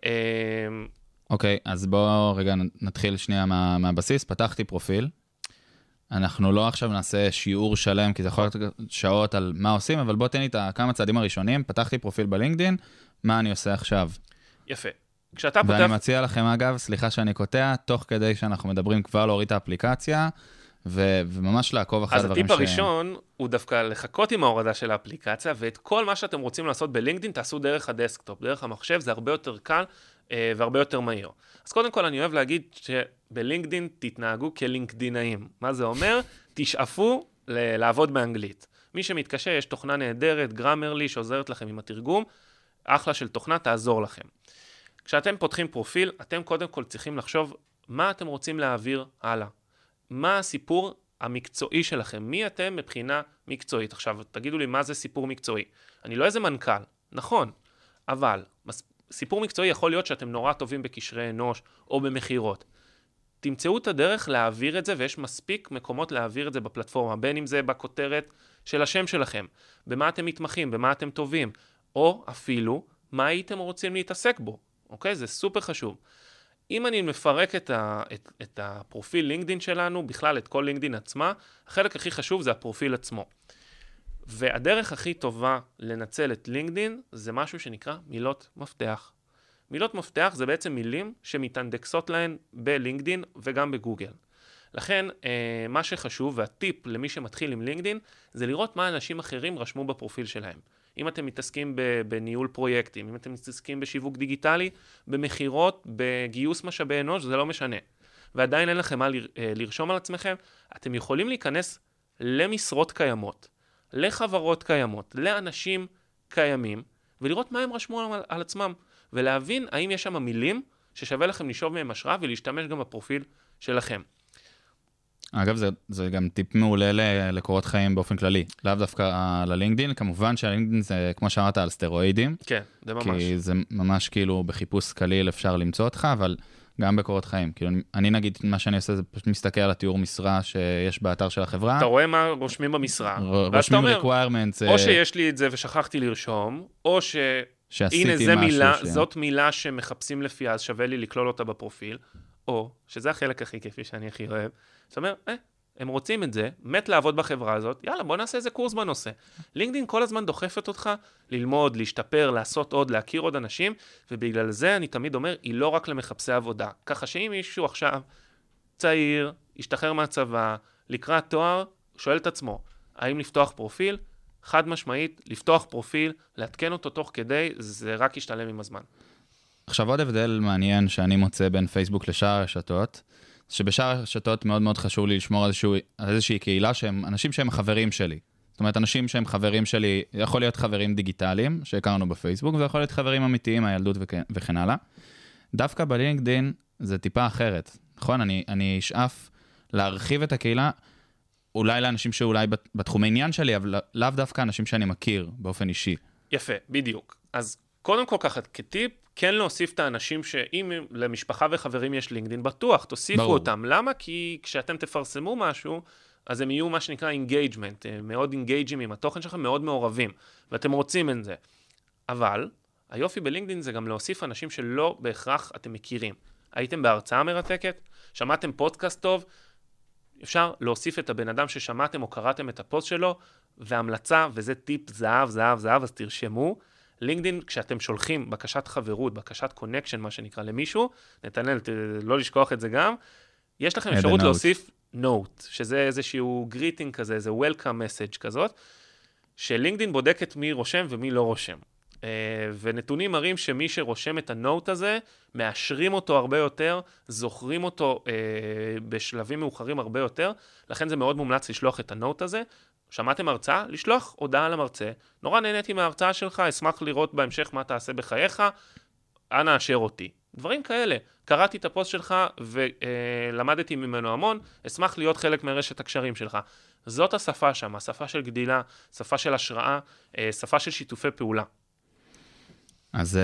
אוקיי, אז בואו רגע נתחיל שנייה מהבסיס. פתחתי פרופיל. אנחנו לא עכשיו נעשה שיעור שלם, כי זה יכול להיות שעות על מה עושים, אבל בוא תן לי את כמה צעדים הראשונים. פתחתי פרופיל בלינקדין, מה אני עושה עכשיו? יפה. כשאתה פותח... ואני מציע לכם, אגב, סליחה שאני קוטע, תוך כדי שאנחנו מדברים כבר להוריד את האפליקציה, וממש לעקוב אחרי הדברים אז הטיפ הראשון הוא דווקא לחכות עם ההורדה של האפליקציה, ואת כל מה שאתם רוצים לעשות בלינקדין, תעשו דרך הדסקטופ, דרך המחשב, זה הרבה יותר קל והרבה יותר מהיר. אז קודם כל אני אוהב להגיד שבלינקדין תתנהגו כלינקדינאים. מה זה אומר? תשאפו לעבוד באנגלית. מי שמתקשה, יש תוכנה נהדרת, גרמרלי, שעוזרת לכם עם התרגום, אחלה של תוכנה, תעזור לכם. כשאתם פותחים פרופיל, אתם קודם כל צריכים לחשוב מה אתם רוצים להעביר הלאה. מה הסיפור המקצועי שלכם? מי אתם מבחינה מקצועית? עכשיו, תגידו לי מה זה סיפור מקצועי. אני לא איזה מנכ"ל, נכון, אבל סיפור מקצועי יכול להיות שאתם נורא טובים בקשרי אנוש או במחירות. תמצאו את הדרך להעביר את זה, ויש מספיק מקומות להעביר את זה בפלטפורמה, בין אם זה בכותרת של השם שלכם, במה אתם מתמחים, במה אתם טובים, או אפילו מה הייתם רוצים להתעסק בו. אוקיי? זה סופר חשוב. אם אני מפרק את הפרופיל לינקדין שלנו, בכלל את כל לינקדין עצמה, החלק הכי חשוב זה הפרופיל עצמו. והדרך הכי טובה לנצל את לינקדין, זה משהו שנקרא מילות מפתח. מילות מפתח זה בעצם מילים שמתאנדקסות להן בלינקדין וגם בגוגל. לכן, מה שחשוב, והטיפ למי שמתחיל עם לינקדין, זה לראות מה אנשים אחרים רשמו בפרופיל שלהם. אם אתם מתעסקים בניהול פרויקטים, אם אתם מתעסקים בשיווק דיגיטלי, במחירות, בגיוס משאבי אנוש, זה לא משנה. ועדיין אין לכם מה לרשום על עצמכם, אתם יכולים להיכנס למשרות קיימות, לחברות קיימות, לאנשים קיימים, ולראות מה הם רשמו על עצמם, ולהבין האם יש שם מילים ששווה לכם לשאוב מהם השראה, ולהשתמש גם בפרופיל שלכם. אגב, זה גם טיפ מעולה לקורות חיים באופן כללי. לאו דווקא ללינקדין. כמובן שהלינקדין זה, כמו שאמרת, על סטרואידים. כן, זה ממש. כי זה ממש כאילו בחיפוש קליל אפשר למצוא אותך, אבל גם בקורות חיים. כאילו, אני נגיד, מה שאני עושה זה פשוט מסתכל על התיאור משרה שיש באתר של החברה. אתה רואה מה רושמים במשרה. רושמים requirements. או שיש לי את זה ושכחתי לרשום, או הנה, זאת מילה שמחפשים לפי, אז שווה לי לכלול אותה בפרופיל, או, שזה החלק הכי כיפי שאני הכי אוהב, זאת אומרת, הם רוצים את זה, מת לעבוד בחברה הזאת, יאללה, בוא נעשה איזה קורס בנושא. לינקדאין כל הזמן דוחפת אותך ללמוד, להשתפר, לעשות עוד, להכיר עוד אנשים, ובגלל זה אני תמיד אומר, היא לא רק למחפשי עבודה. ככה שאם מישהו עכשיו צעיר, ישתחרר מהצבא, לקראת תואר, שואל את עצמו, האם לפתוח פרופיל? חד משמעית, לפתוח פרופיל, להתקן אותו תוך כדי, זה רק ישתלם עם הזמן. עכשיו עוד הבדל מעניין שאני מוצא בין פייסבוק לשאר הרשתות, שבשאר הרשתות מאוד מאוד חשוב לי לשמור על איזושהי קהילה שהם אנשים שהם חברים שלי. זאת אומרת, אנשים שהם חברים שלי, יכול להיות חברים דיגיטליים שהכרנו בפייסבוק, ויכול להיות חברים אמיתיים, הילדות וכן הלאה. דווקא בלינקדין זה טיפה אחרת. נכון? אני אשאף להרחיב את הקהילה, אולי לאנשים שאולי בתחום העניין שלי, אבל לאו דווקא אנשים שאני מכיר באופן אישי. יפה, בדיוק. אז קודם כל ככה, כטיפ, כן להוסיף את האנשים שאם למשפחה וחברים יש לינקדין, בטוח, תוסיפו אותם. למה? כי כשאתם תפרסמו משהו, אז הם יהיו מה שנקרא אינגייג'מנט, מאוד אינגייג'ים עם התוכן שלכם, מאוד מעורבים, ואתם רוצים את זה. אבל היופי בלינקדין זה גם להוסיף אנשים שלא בהכרח אתם מכירים. הייתם בהרצאה מרתקת, שמעתם פודקאסט טוב, אפשר להוסיף את הבן אדם ששמעתם או קראתם את הפוסט שלו, והמלצה, וזה טיפ זהב, זהב, זהב, אז תרשמו. לינקדין, כשאתם שולחים בקשת חברות, בקשת קונקשן, מה שנקרא למישהו, נתנאל, לא לשכוח את זה גם, יש לכם אפשרות להוסיף נוט, שזה איזשהו גריטינג כזה, איזה וולקאם מסאג' כזאת, שלינקדין בודקת מי רושם ומי לא רושם. ונתונים מראים שמי שרושם את הנוט הזה, מאשרים אותו הרבה יותר, זוכרים אותו בשלבים מאוחרים הרבה יותר, לכן זה מאוד מומלץ לשלוח את הנוט הזה. שמעתם הרצאה? לשלוח הודעה למרצה. נורא נהניתי מההרצאה שלך, אשמח לראות בהמשך מה תעשה בחייך, אנא אשר אותי. דברים כאלה. קראתי את הפוסט שלך ולמדתי ממנו המון, אשמח להיות חלק מרשת הקשרים שלך. זאת השפה שם, השפה של גדילה, שפה של השראה, שפה של שיתופי פעולה. אז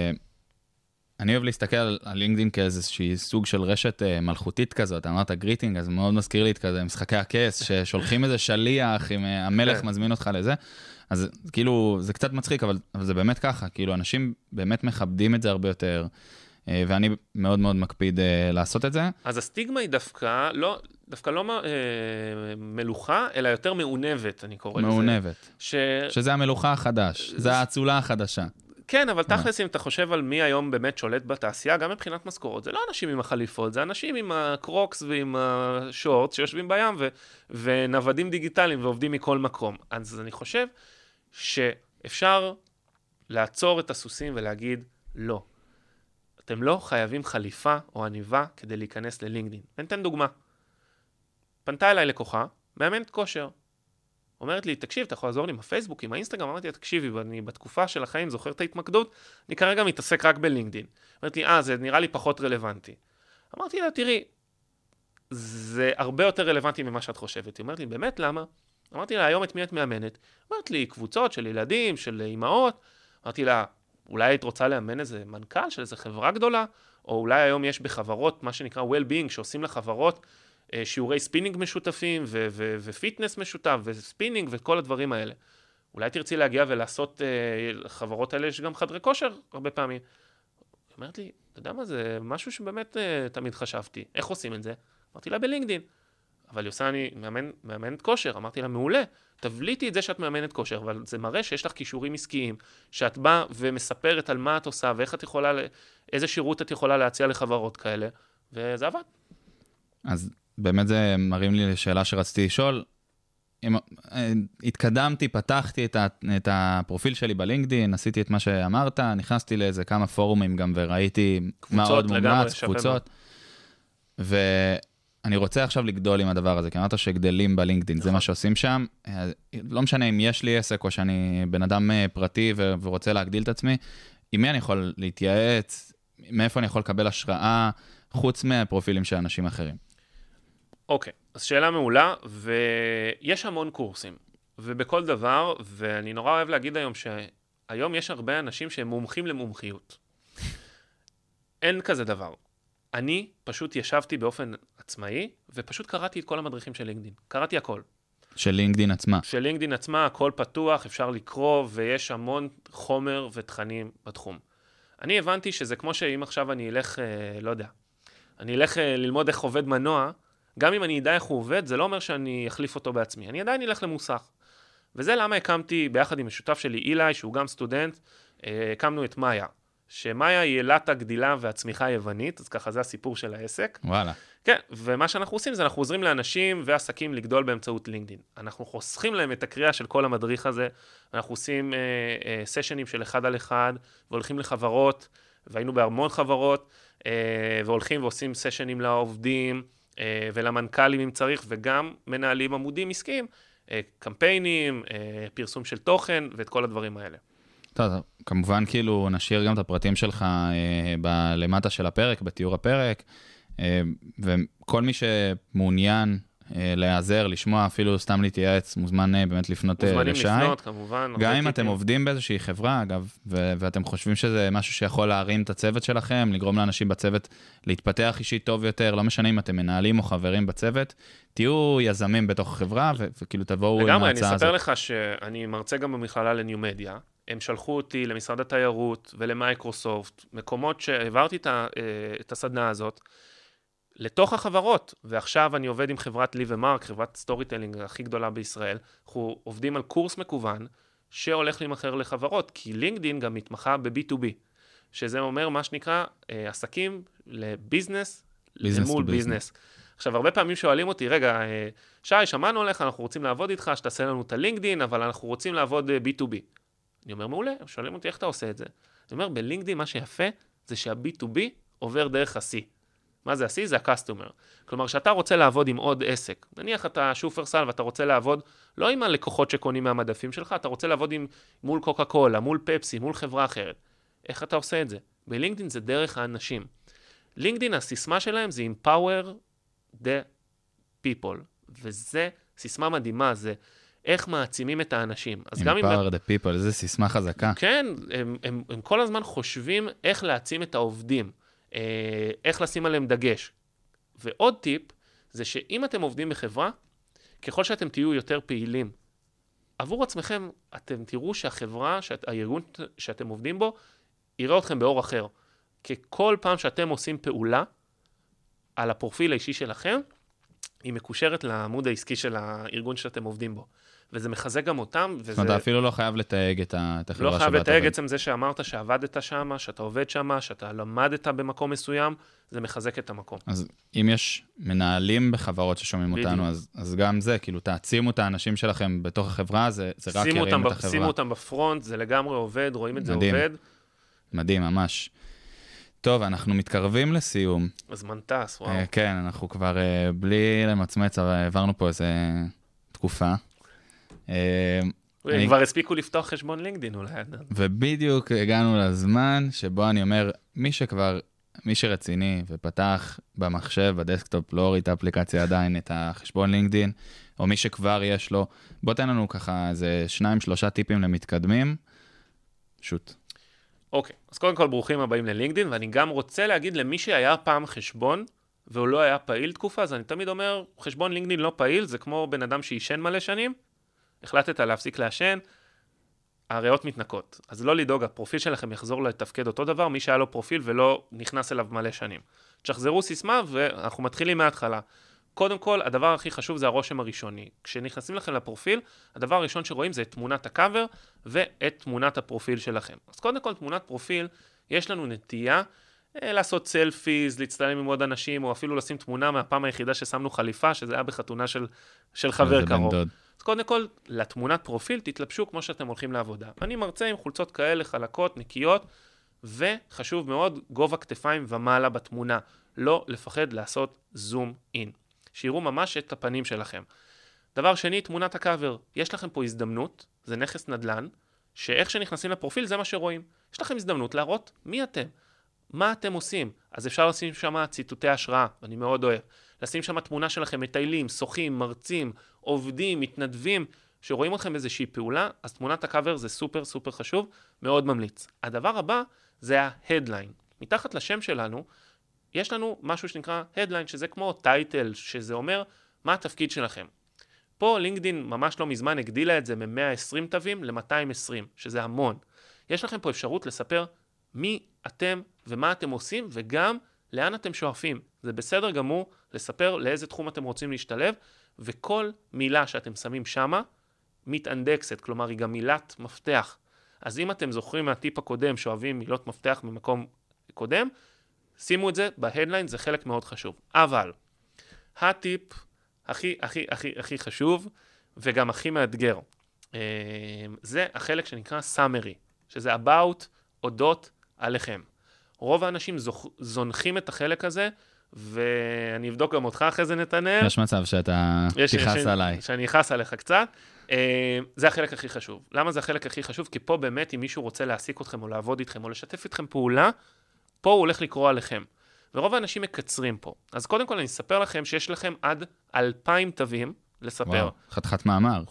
אני אוהב להסתכל על לינקדין כאיזושהי סוג של רשת מלכותית כזאת. אמרת גריטינג, אז מאוד מזכיר לי את כזה משחקי הכס, ששולחים איזה שליח, אם המלך מזמין אותך לזה. אז כאילו, זה קצת מצחיק, אבל זה באמת ככה. כאילו, אנשים באמת מכבדים את זה הרבה יותר, ואני מאוד מאוד מקפיד לעשות את זה. אז הסטיגמה היא דווקא לא מלוכה, אלא יותר מעונבת, אני קורא לזה. מעונבת. שזה המלוכה החדש, זה האצולה החדשה. כן, אבל תכלס אם אתה חושב על מי היום באמת שולט בתעשייה, גם מבחינת משכורות, זה לא אנשים עם החליפות, זה אנשים עם הקרוקס ועם השורט שיושבים בים ונוודים דיגיטליים ועובדים מכל מקום. אז אני חושב שאפשר לעצור את הסוסים ולהגיד לא. אתם לא חייבים חליפה או עניבה כדי להיכנס ללינקדין. ניתן דוגמה. פנתה אליי לקוחה, מאמנת כושר. אומרת לי, תקשיב, אתה יכול לעזור לי עם הפייסבוק, עם האינסטגרם? אמרתי, תקשיבי, אני בתקופה של החיים זוכר את ההתמקדות, אני כרגע מתעסק רק בלינקדין. אמרת לי, זה נראה לי פחות רלוונטי. אמרתי לה, תראי, זה הרבה יותר רלוונטי ממה שאת חושבת. היא אומרת לי, באמת, למה? אמרתי לה, היום את מי את מאמנת? אמרת לי, קבוצות של ילדים, של אימהות. אמרתי לה, אולי היית רוצה לאמן איזה מנכ"ל של איזה חברה גדולה? או אולי היום יש בחברות, מה שנקרא well-being, שעושים לחברות שיעורי ספינינג משותפים ופיטנס משותף וספינינג וכל הדברים האלה. אולי תרצי להגיע ולעשות, חברות האלה יש גם חדרי כושר הרבה פעמים. היא אומרת לי, אתה יודע מה, זה משהו שבאמת תמיד חשבתי. איך עושים את זה? אמרתי לה בלינקדין. אבל היא עושה, אני מאמנת כושר. אמרתי לה, מעולה. תבליטי את זה שאת מאמנת כושר, אבל זה מראה שיש לך קישורים עסקיים, שאת באה ומספרת על מה את עושה ואיך את יכולה, איזה שירות את יכולה להציע לחברות כאלה, וזה עבד. אז באמת זה מראים לי לשאלה שרציתי לשאול. התקדמתי, פתחתי את הפרופיל שלי בלינקדין, עשיתי את מה שאמרת, נכנסתי לאיזה כמה פורומים גם וראיתי מה עוד מומלץ, קבוצות. ואני רוצה עכשיו לגדול עם הדבר הזה, כי אמרת שגדלים בלינקדין, זה מה שעושים שם. לא משנה אם יש לי עסק או שאני בן אדם פרטי ורוצה להגדיל את עצמי, עם מי אני יכול להתייעץ, מאיפה אני יכול לקבל השראה, חוץ מהפרופילים של אנשים אחרים. אוקיי, אז שאלה מעולה, ויש המון קורסים, ובכל דבר, ואני נורא אוהב להגיד היום שהיום יש הרבה אנשים שהם מומחים למומחיות. אין כזה דבר. אני פשוט ישבתי באופן עצמאי, ופשוט קראתי את כל המדריכים של לינקדין. קראתי הכל. של לינקדין עצמה. של לינקדין עצמה, הכל פתוח, אפשר לקרוא, ויש המון חומר ותכנים בתחום. אני הבנתי שזה כמו שאם עכשיו אני אלך, לא יודע, אני אלך ללמוד איך עובד מנוע, גם אם אני אדע איך הוא עובד, זה לא אומר שאני אחליף אותו בעצמי. אני עדיין אלך למוסך. וזה למה הקמתי ביחד עם משותף שלי, אילי, שהוא גם סטודנט, הקמנו את מאיה. שמאיה היא אלת הגדילה והצמיחה היוונית, אז ככה זה הסיפור של העסק. וואלה. כן, ומה שאנחנו עושים זה אנחנו עוזרים לאנשים ועסקים לגדול באמצעות לינקדין. אנחנו חוסכים להם את הקריאה של כל המדריך הזה, אנחנו עושים סשנים של 1 על 1, והולכים לחברות, והיינו בהמון חברות, והולכים ועושים סשנים לעובדים, ולמנכ"לים אם צריך, וגם מנהלים עמודים עסקיים, קמפיינים, פרסום של תוכן, ואת כל הדברים האלה. טוב, כמובן כאילו נשאיר גם את הפרטים שלך למטה של הפרק, בתיאור הפרק, וכל מי שמעוניין להיעזר, לשמוע, אפילו סתם להתייעץ, מוזמן באמת לפנות לשי. מוזמנים לפנות, כמובן. גם אם אתם עובדים באיזושהי חברה, אגב, ואתם חושבים שזה משהו שיכול להרים את הצוות שלכם, לגרום לאנשים בצוות להתפתח אישית טוב יותר, לא משנה אם אתם מנהלים או חברים בצוות, תהיו יזמים בתוך החברה, וכאילו תבואו עם ההצעה הזאת. לגמרי, אני אספר לך שאני מרצה גם במכללה לניו מדיה, הם שלחו אותי למשרד התיירות ולמייקרוסופט, מקומות שהעברתי את הסדנה הזאת, לתוך החברות, ועכשיו אני עובד עם חברת לי ומרק, חברת סטורי טלינג הכי גדולה בישראל, אנחנו עובדים על קורס מקוון, שהולך להימכר לחברות, כי לינקדין גם מתמחה ב-B2B, שזה אומר מה שנקרא עסקים לביזנס, למול ביזנס. עכשיו, הרבה פעמים שואלים אותי, רגע, שי, שמענו עליך, אנחנו רוצים לעבוד איתך, שתעשה לנו את הלינקדין, אבל אנחנו רוצים לעבוד B2B. אני אומר, מעולה, שואלים אותי איך אתה עושה את זה. אני אומר, בלינקדין מה שיפה זה שה-B2B עובר דרך ה-C. מה זה ה-C? זה ה-Customer. כלומר, שאתה רוצה לעבוד עם עוד עסק, נניח אתה שופרסל ואתה רוצה לעבוד לא עם הלקוחות שקונים מהמדפים שלך, אתה רוצה לעבוד מול קוקה קולה, מול פפסי, מול חברה אחרת. איך אתה עושה את זה? בלינקדין זה דרך האנשים. לינקדין, הסיסמה שלהם זה Empower the people, וזה סיסמה מדהימה, זה איך מעצימים את האנשים. Empower the people, זה סיסמה חזקה. כן, הם כל הזמן חושבים איך להעצים את העובדים, איך לשים עליהם דגש. ועוד טיפ, זה שאם אתם עובדים בחברה, ככל שאתם תהיו יותר פעילים, עבור עצמכם, אתם תראו שהחברה, הארגון שאתם עובדים בו, יראה אתכם באור אחר. כי כל פעם שאתם עושים פעולה על הפרופיל האישי שלכם, היא מקושרת לעמוד העסקי של הארגון שאתם עובדים בו. וזה מחזק גם אותם. זאת אומרת, אפילו לא חייב לתייג את החברה שבה אתה עובד. לא חייב לתייג עצם זה שאמרת שעבדת שם, שאתה עובד שם, שאתה למדת במקום מסוים, זה מחזק את המקום. אז אם יש מנהלים בחברות ששומעים אותנו, אז גם זה, כאילו תעצימו את האנשים שלכם בתוך החברה, זה רק ירים את החברה. שימו אותם בפרונט, זה לגמרי עובד, רואים את זה עובד. מדהים, ממש. טוב, אנחנו מתקרבים לסיום. הזמן טס, וואו. כן, אנחנו כבר בלי למצמץ, אבל עברנו פה איזה תקופה. כבר הספיקו לפתוח חשבון לינקדין אולי. ובדיוק הגענו לזמן שבו אני אומר, מי שרציני ופתח במחשב, בדסקטופ, לא הוריד את האפליקציה עדיין, את החשבון לינקדין, או מי שכבר יש לו, בוא תן לנו ככה איזה 2-3 טיפים למתקדמים. שוט. אוקיי, אז קודם כל ברוכים הבאים ללינקדין, ואני גם רוצה להגיד למי שהיה פעם חשבון, והוא לא היה פעיל תקופה, אז אני תמיד אומר, חשבון לינקדין לא פעיל, זה כמו בן אדם שישן מלא שנים, החלטת להפסיק לעשן, הריאות מתנקות. אז לא לדאוג, הפרופיל שלכם יחזור לתפקד אותו דבר, מי שהיה לו פרופיל ולא נכנס אליו מלא שנים. תשחזרו סיסמה ואנחנו מתחילים מההתחלה. קודם כל, הדבר הכי חשוב זה הרושם הראשוני. כשנכנסים לכם לפרופיל, הדבר הראשון שרואים זה את תמונת הקאבר ואת תמונת הפרופיל שלכם. אז קודם כל, תמונת פרופיל, יש לנו נטייה לעשות סלפיז, להצטלם עם עוד אנשים, או אפילו לשים תמונה מהפעם היחידה ששמנו חליפה, שזה היה בחתונה של חבר קרוב. אז קודם כל, לתמונת פרופיל תתלבשו כמו שאתם הולכים לעבודה. אני מרצה עם חולצות כאלה חלקות, נקיות, וחשוב מאוד, גובה כתפיים ומעלה בתמונה. לא לפחד לעשות זום אין. שיראו ממש את הפנים שלכם. דבר שני, תמונת הקאבר. יש לכם פה הזדמנות, זה נכס נדל"ן, שאיך שנכנסים לפרופיל זה מה שרואים. יש לכם הזדמנות להראות מי אתם, מה אתם עושים. אז אפשר לשים שם ציטוטי השראה, אני מאוד אוהב. לשים שם תמונה שלכם, מטיילים, שוחים, מרצים, עובדים, מתנדבים, שרואים אתכם איזושהי פעולה, אז תמונת הקאבר זה סופר סופר חשוב, מאוד ממליץ. הדבר הבא זה ה-headline. מתחת לשם שלנו, יש לנו משהו שנקרא headline, שזה כמו טייטל, שזה אומר מה התפקיד שלכם. פה לינקדין ממש לא מזמן הגדילה את זה מ-120 תווים ל-220, שזה המון. יש לכם פה אפשרות לספר מי אתם ומה אתם עושים, וגם לאן אתם שואפים. זה בסדר גמור לספר לאיזה תחום אתם רוצים להשתלב, וכל מילה שאתם שמים שמה, מתאנדקסת, כלומר היא גם מילת מפתח. אז אם אתם זוכרים מהטיפ הקודם שאוהבים מילות מפתח ממקום קודם, שימו את זה בהדליין, זה חלק מאוד חשוב. אבל הטיפ הכי חשוב וגם הכי מאתגר, זה החלק שנקרא summary, שזה about, אודות, עליכם. רוב האנשים זונחים את החלק הזה, ואני אבדוק גם אותך אחרי זה נתנאל. יש מצב שאתה תיחס עליי. שאני אכעס עליך קצת. זה החלק הכי חשוב. למה זה החלק הכי חשוב? כי פה באמת אם מישהו רוצה להעסיק אתכם או לעבוד איתכם או לשתף איתכם פעולה, פה הוא הולך לקרוא עליכם. ורוב האנשים מקצרים פה. אז קודם כל אני אספר לכם שיש לכם עד 2,000 תווים לספר. וואו, חתיכת מאמר.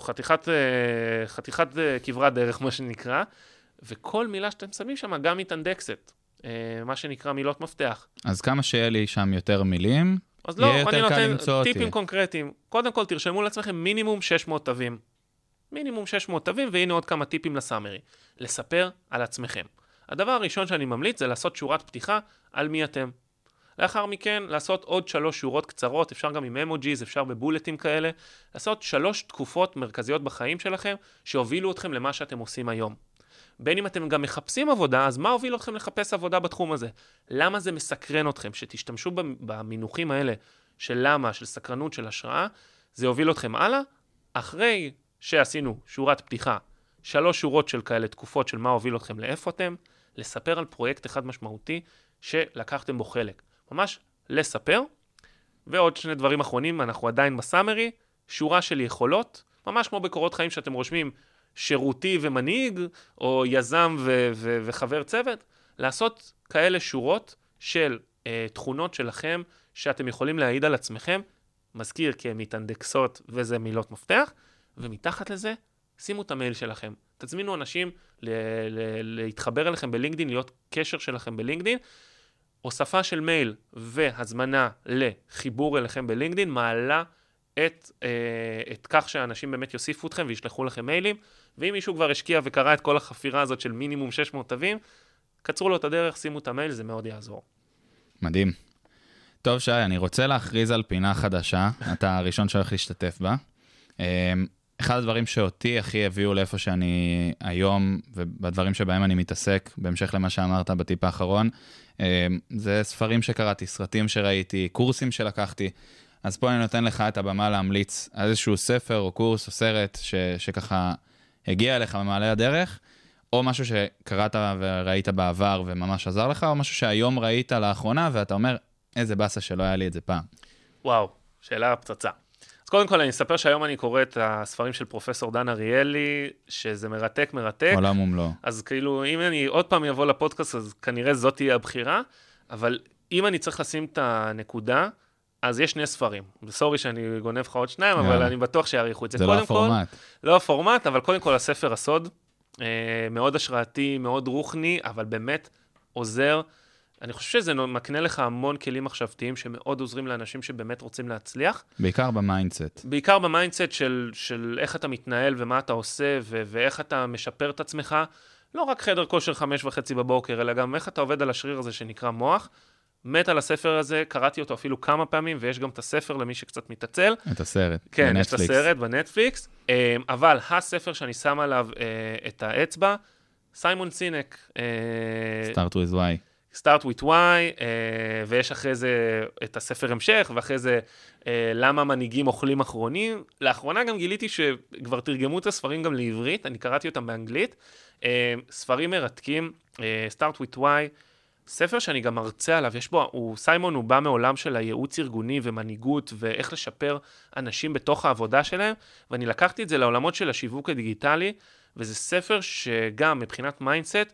חתיכת כברת דרך, מה שנקרא, וכל מילה שאתם שמים שם גם מתאנדקסת. מה שנקרא מילות מפתח. אז כמה שיהיה לי שם יותר מילים, אז יהיה לא, יותר אני קל נותן למצוא אותי. טיפים קונקרטיים. קודם כל תרשמו לעצמכם מינימום 600 תווים. מינימום 600 תווים, והנה עוד כמה טיפים לסאמרי. לספר על עצמכם. הדבר הראשון שאני ממליץ זה לעשות שורת פתיחה על מי אתם. לאחר מכן, לעשות עוד 3 שורות קצרות, אפשר גם עם אמוג'יז, אפשר בבולטים כאלה, לעשות 3 תקופות מרכזיות בחיים שלכם, שהובילו אתכם למה שאתם עושים היום. בין אם אתם גם מחפשים עבודה, אז מה הוביל אתכם לחפש עבודה בתחום הזה? למה זה מסקרן אתכם? שתשתמשו במינוחים האלה של למה, של סקרנות, של השראה, זה הוביל אתכם הלאה. אחרי שעשינו שורת פתיחה, 3 שורות של כאלה תקופות של מה הוביל אתכם לאיפה אתם, לספר על פרויקט אחד משמעותי שלקחתם בו חלק. ממש לספר. ועוד 2 דברים אחרונים, אנחנו עדיין בסאמרי, שורה של יכולות, ממש כמו בקורות חיים שאתם רושמים שירותי ומנהיג, או יזם וחבר צוות, לעשות כאלה שורות של תכונות שלכם, שאתם יכולים להעיד על עצמכם, מזכיר כי הן מתאנדקסות וזה מילות מפתח, ומתחת לזה, שימו את המייל שלכם. תזמינו אנשים להתחבר אליכם בלינקדין, להיות קשר שלכם בלינקדין, הוספה של מייל והזמנה לחיבור אליכם בלינקדין, מעלה את כך שהאנשים באמת יוסיפו אתכם וישלחו לכם מיילים, ואם מישהו כבר השקיע וקרא את כל החפירה הזאת של מינימום 600 תווים, קצרו לו את הדרך, שימו את המייל, זה מאוד יעזור. מדהים. טוב שי, אני רוצה להכריז על פינה חדשה, אתה הראשון שהולך להשתתף בה. אחד הדברים שאותי הכי הביאו לאיפה שאני היום, ובדברים שבהם אני מתעסק, בהמשך למה שאמרת בטיפ האחרון, זה ספרים שקראתי, סרטים שראיתי, קורסים שלקחתי, אז פה אני נותן לך את הבמה להמליץ על איזשהו ספר או קורס או סרט שככה הגיע אליך במעלה הדרך, או משהו שקראת וראית בעבר וממש עזר לך, או משהו שהיום ראית לאחרונה ואתה אומר, איזה בסה שלא היה לי את זה פעם. וואו, שאלה פצצה. אז קודם כל אני אספר שהיום אני קורא את הספרים של פרופסור דן אריאלי, שזה מרתק. עולם ומלואו. אז כאילו, אם אני עוד פעם יבוא לפודקאסט, אז כנראה זאת תהיה הבחירה, אבל אם אני צריך לשים את הנקודה, אז יש 2 ספרים. בסורי שאני גונב לך עוד 2, אבל אני בטוח שיעריכו את זה. זה לא הפורמט. לא הפורמט, אבל קודם כל הספר הסוד, מאוד השראתי, מאוד רוחני, אבל באמת עוזר. אני חושב שזה מקנה לך המון כלים מחשבתיים שמאוד עוזרים לאנשים שבאמת רוצים להצליח. בעיקר במיינדסט. בעיקר במיינדסט של איך אתה מתנהל ומה אתה עושה ואיך אתה משפר את עצמך. לא רק חדר כושר 5:30 בבוקר, אלא גם איך אתה עובד על השריר הזה שנקרא מוח. מת על הספר הזה, קראתי אותו אפילו כמה פעמים, ויש גם את הספר למי שקצת מתעצל. את הסרט. כן, יש את הסרט בנטפליקס. אבל הספר שאני שם עליו את האצבע, סיימון סינק. Start with Why. Start with Why, ויש אחרי זה את הספר המשך, ואחרי זה למה מנהיגים אוכלים אחרונים. לאחרונה גם גיליתי שכבר תרגמו את הספרים גם לעברית, אני קראתי אותם באנגלית. ספרים מרתקים, Start with Why, ספר שאני גם מרצה עליו, יש בו, סיימון הוא בא מעולם של הייעוץ ארגוני ומנהיגות, ואיך לשפר אנשים בתוך העבודה שלהם, ואני לקחתי את זה לעולמות של השיווק הדיגיטלי, וזה ספר שגם מבחינת מיינדסט,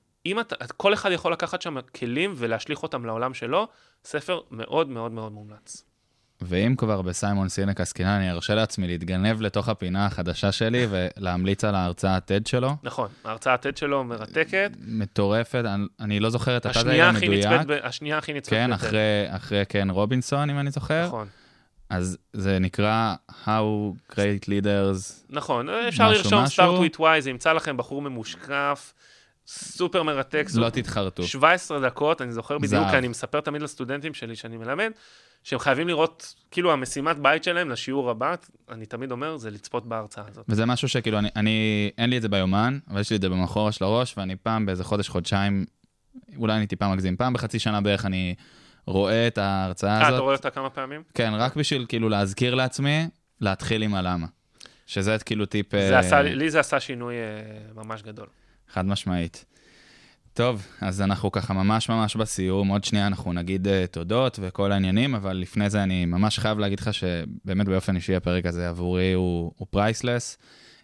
כל אחד יכול לקחת שם כלים ולהשליך אותם לעולם שלו, ספר מאוד מאוד מאוד מומלץ. ואם כבר בסיימון סינק עסקינן, אני ארשה לעצמי להתגנב לתוך הפינה החדשה שלי, ולהמליץ על ההרצאה TED שלו. נכון, ההרצאה TED שלו מרתקת. מטורפת, אני לא זוכר את התזה המדויק. השנייה הכי נצפת. כן, אחרי קן רובינסון, אם אני זוכר. נכון. אז זה נקרא How Great Leaders. נכון, אפשר לרשום Start with Why, זה ימצא לכם בחור ממושקף, סופר מרתק. לא תתחרטו. 17 דקות, אני זוכר בדיוק, זהב. אני מספר תמיד לסטודנטים שלי שאני מלמד, שהם חייבים לראות, כאילו, המשימת בית שלהם לשיעור הבא, אני תמיד אומר, זה לצפות בהרצאה הזאת. וזה משהו שכאילו, אין לי את זה ביומן, אבל יש לי את זה במחור של הראש, ואני פעם באיזה חודש-חודשיים, אולי אני טיפה מגזים, פעם בחצי שנה בערך אני רואה את ההרצאה הזאת. אתה רואה אותה כמה פעמים? כן, רק בשביל כאילו להזכיר לעצמי, להתחיל עם הלמה. שזה כאילו טיפ... לי זה עשה שינוי ממש גדול. חד משמעית. טוב, אז אנחנו ככה ממש בסיום, עוד שנייה אנחנו נגיד תודות וכל העניינים, אבל לפני זה אני ממש חייב להגיד לך שבאמת באופן אישי הפרק הזה עבורי הוא פרייסלס.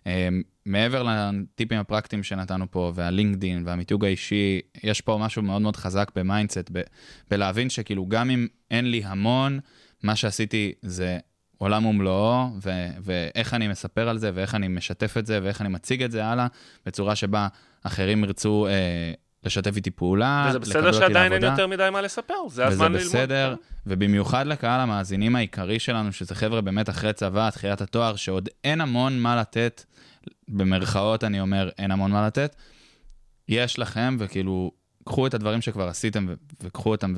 מעבר לטיפים הפרקטיים שנתנו פה, והלינקדין והמיתוג האישי, יש פה משהו מאוד מאוד חזק במיינדסט, בלהבין שכאילו גם אם אין לי המון, מה שעשיתי זה עולם ומלואו, ואיך אני מספר על זה, ואיך אני משתף את זה, ואיך אני מציג את זה הלאה, בצורה שבה אחרים ירצו לשתף איתי פעולה, וזה בסדר שעדיין אין יותר מדי מה לספר, זה הזמן ללמוד. וזה בסדר, ובמיוחד לקהל המאזינים העיקרי שלנו, שזה חבר'ה באמת אחרי צבא, תחילת התואר, שעוד אין המון מה לתת, במרכאות אני אומר, אין המון מה לתת, יש לכם, וכאילו, קחו את הדברים שכבר עשיתם, וקחו אותם,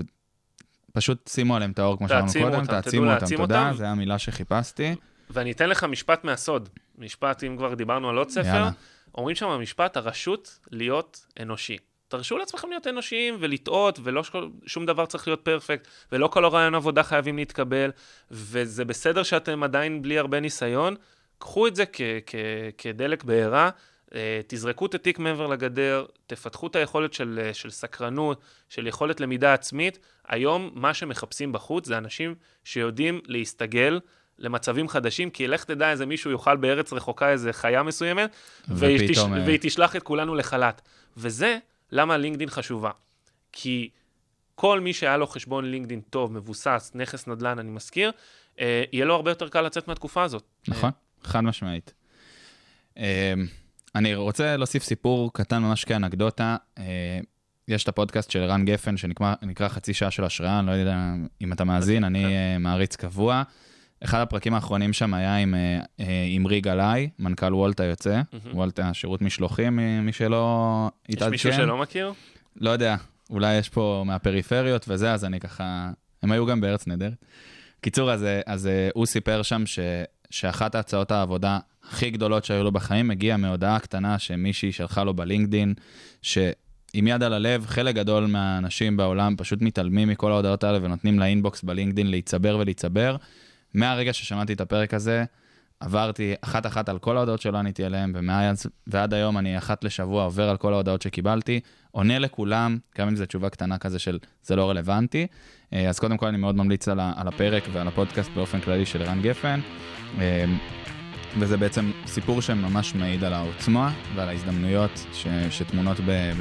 פשוט שימו עליהם את האור, כמו שאמרנו קודם, תעצימו אותם, תודה, זה המילה שחיפשתי. ואני אתן לך משפט מהסוד, משפט, אם כבר דיברנו על עוד ספר, אומרים שם המשפט, הרשות להיות אנושי. תרשו לעצמכם להיות אנושיים ולטעות, ולא שום דבר צריך להיות פרפקט, ולא כל רעיון עבודה חייבים להתקבל, וזה בסדר שאתם עדיין בלי הרבה ניסיון, קחו את זה כדלק בעירה, תזרקו את התיק מעבר לגדר, תפתחו את היכולת של סקרנות, של יכולת למידה עצמית. היום מה שמחפשים בחוץ זה אנשים שיודעים להסתגל למצבים חדשים, כי לך תדע איזה מישהו יוכל בארץ רחוקה איזה חיה מסוימת, והיא תשלח את כולנו לחל"ת. וזה למה לינקדין חשובה. כי כל מי שהיה לו חשבון לינקדין טוב, מבוסס, נכס נדל"ן, אני מזכיר, יהיה לו הרבה יותר קל לצאת מהתקופה הזאת. נכון, חד משמעית. אני רוצה להוסיף סיפור קטן ממש כאנקדוטה. יש את הפודקאסט של רן גפן, שנקרא חצי שעה של השראה, אני לא יודע אם אתה מאזין, אני מעריץ קבוע. אחד הפרקים האחרונים שם היה עם ריג עליי, מנכ"ל וולט היוצא, וולט השירות משלוחים, מי שלא התעדכן. יש מישהו שלא מכיר? לא יודע, אולי יש פה מהפריפריות וזה, אז אני ככה, הם היו גם בארץ נהדרת. קיצור, אז הוא סיפר שם שאחת ההצעות העבודה הכי גדולות שהיו לו בחיים, הגיעה מהודעה קטנה שמישהי שלחה לו בלינקדין, שעם יד על הלב, חלק גדול מהאנשים בעולם פשוט מתעלמים מכל ההודעות האלה, ונותנים לאינבוקס בלינקדין להיצבר ולהיצבר. מהרגע ששמעתי את הפרק הזה, עברתי אחת על כל ההודעות שלא עניתי עליהן, ועד היום אני אחת לשבוע עובר על כל ההודעות שקיבלתי, עונה לכולם, גם אם זו תשובה קטנה כזה של זה לא רלוונטי. אז קודם כל אני מאוד ממליץ על הפרק ועל הפודקאסט באופן כללי של רן גפן, וזה בעצם סיפור שממש מעיד על העוצמה ועל ההזדמנויות שתמונות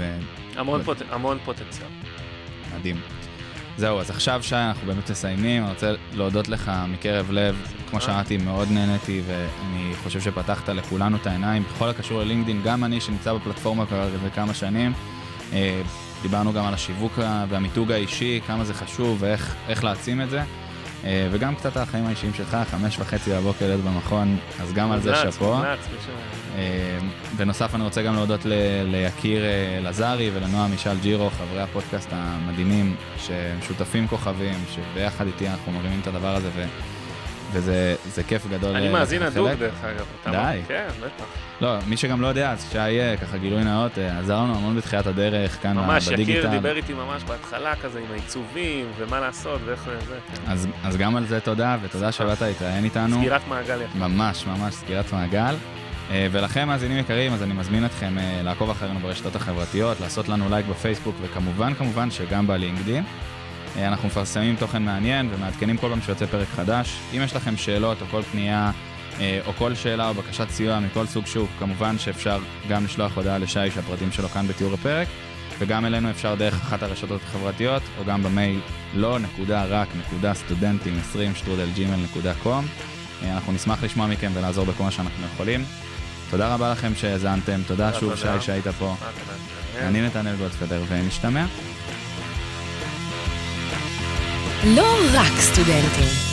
המון פוטנציאל. מדהים. זהו, אז עכשיו שאנחנו באמת מסיימים, אני רוצה להודות לך מקרב לב, כמו שאמרתי, מאוד נהניתי, ואני חושב שפתחת לכולנו את העיניים, בכל הקשור ללינקדין, גם אני שנמצא בפלטפורמה כבר כמה שנים, דיברנו גם על השיווק והמיתוג האישי, כמה זה חשוב ואיך להעצים את זה, וגם קצת החיים האישיים שלך, 5:30 בבוקר להיות במכון, אז גם על זה שאפו. בנוסף אני רוצה גם להודות ליקיר לזרי ולנועה מישל ג'ירו, חברי הפודקאסט המדהימים, ששותפים כוכבים, שביחד איתי אנחנו מרימים את הדבר הזה, וזה כיף גדול. אני מאזין הדוק דרך אגב. די. כן, בטח. לא, מי שגם לא יודע, אז שיהיה ככה גילוי נאות, עזרנו המון בתחילת הדרך כאן בדיגיטל. ממש, יקיר דיבר איתי ממש בהתחלה כזה עם העיצובים ומה לעשות ואיך זה. אז גם על זה תודה, ותודה שבאת להתראיין איתנו. סגירת מעגל יפה. ממש, סגירת מעגל. ולכם, מאזינים יקרים, אז אני מזמין אתכם לעקוב אחרינו ברשתות החברתיות, לעשות לנו לייק בפייסבוק, וכמובן שגם בלינקדין. אנחנו מפרסמים תוכן מעניין ומעדכנים כל פעם שיוצא פרק חדש. אם יש לכם שאלות או כל פנייה או כל שאלה או בקשת סיוע מכל סוג שהוא, כמובן שאפשר גם לשלוח הודעה לשי שהפרטים שלו כאן בתיאור הפרק, וגם אלינו אפשר דרך אחת הרשתות החברתיות, או גם במייל לא.רק.סטודנטים20@gmail.com. אנחנו נשמח לשמוע מכם ולעזור בכל מה שאנחנו יכולים. תודה רבה לכם שהאזנתם, תודה שוב שי שהיית פה. אני נתנאל גולדפדר ונשתמע. לא רק סטודנטים.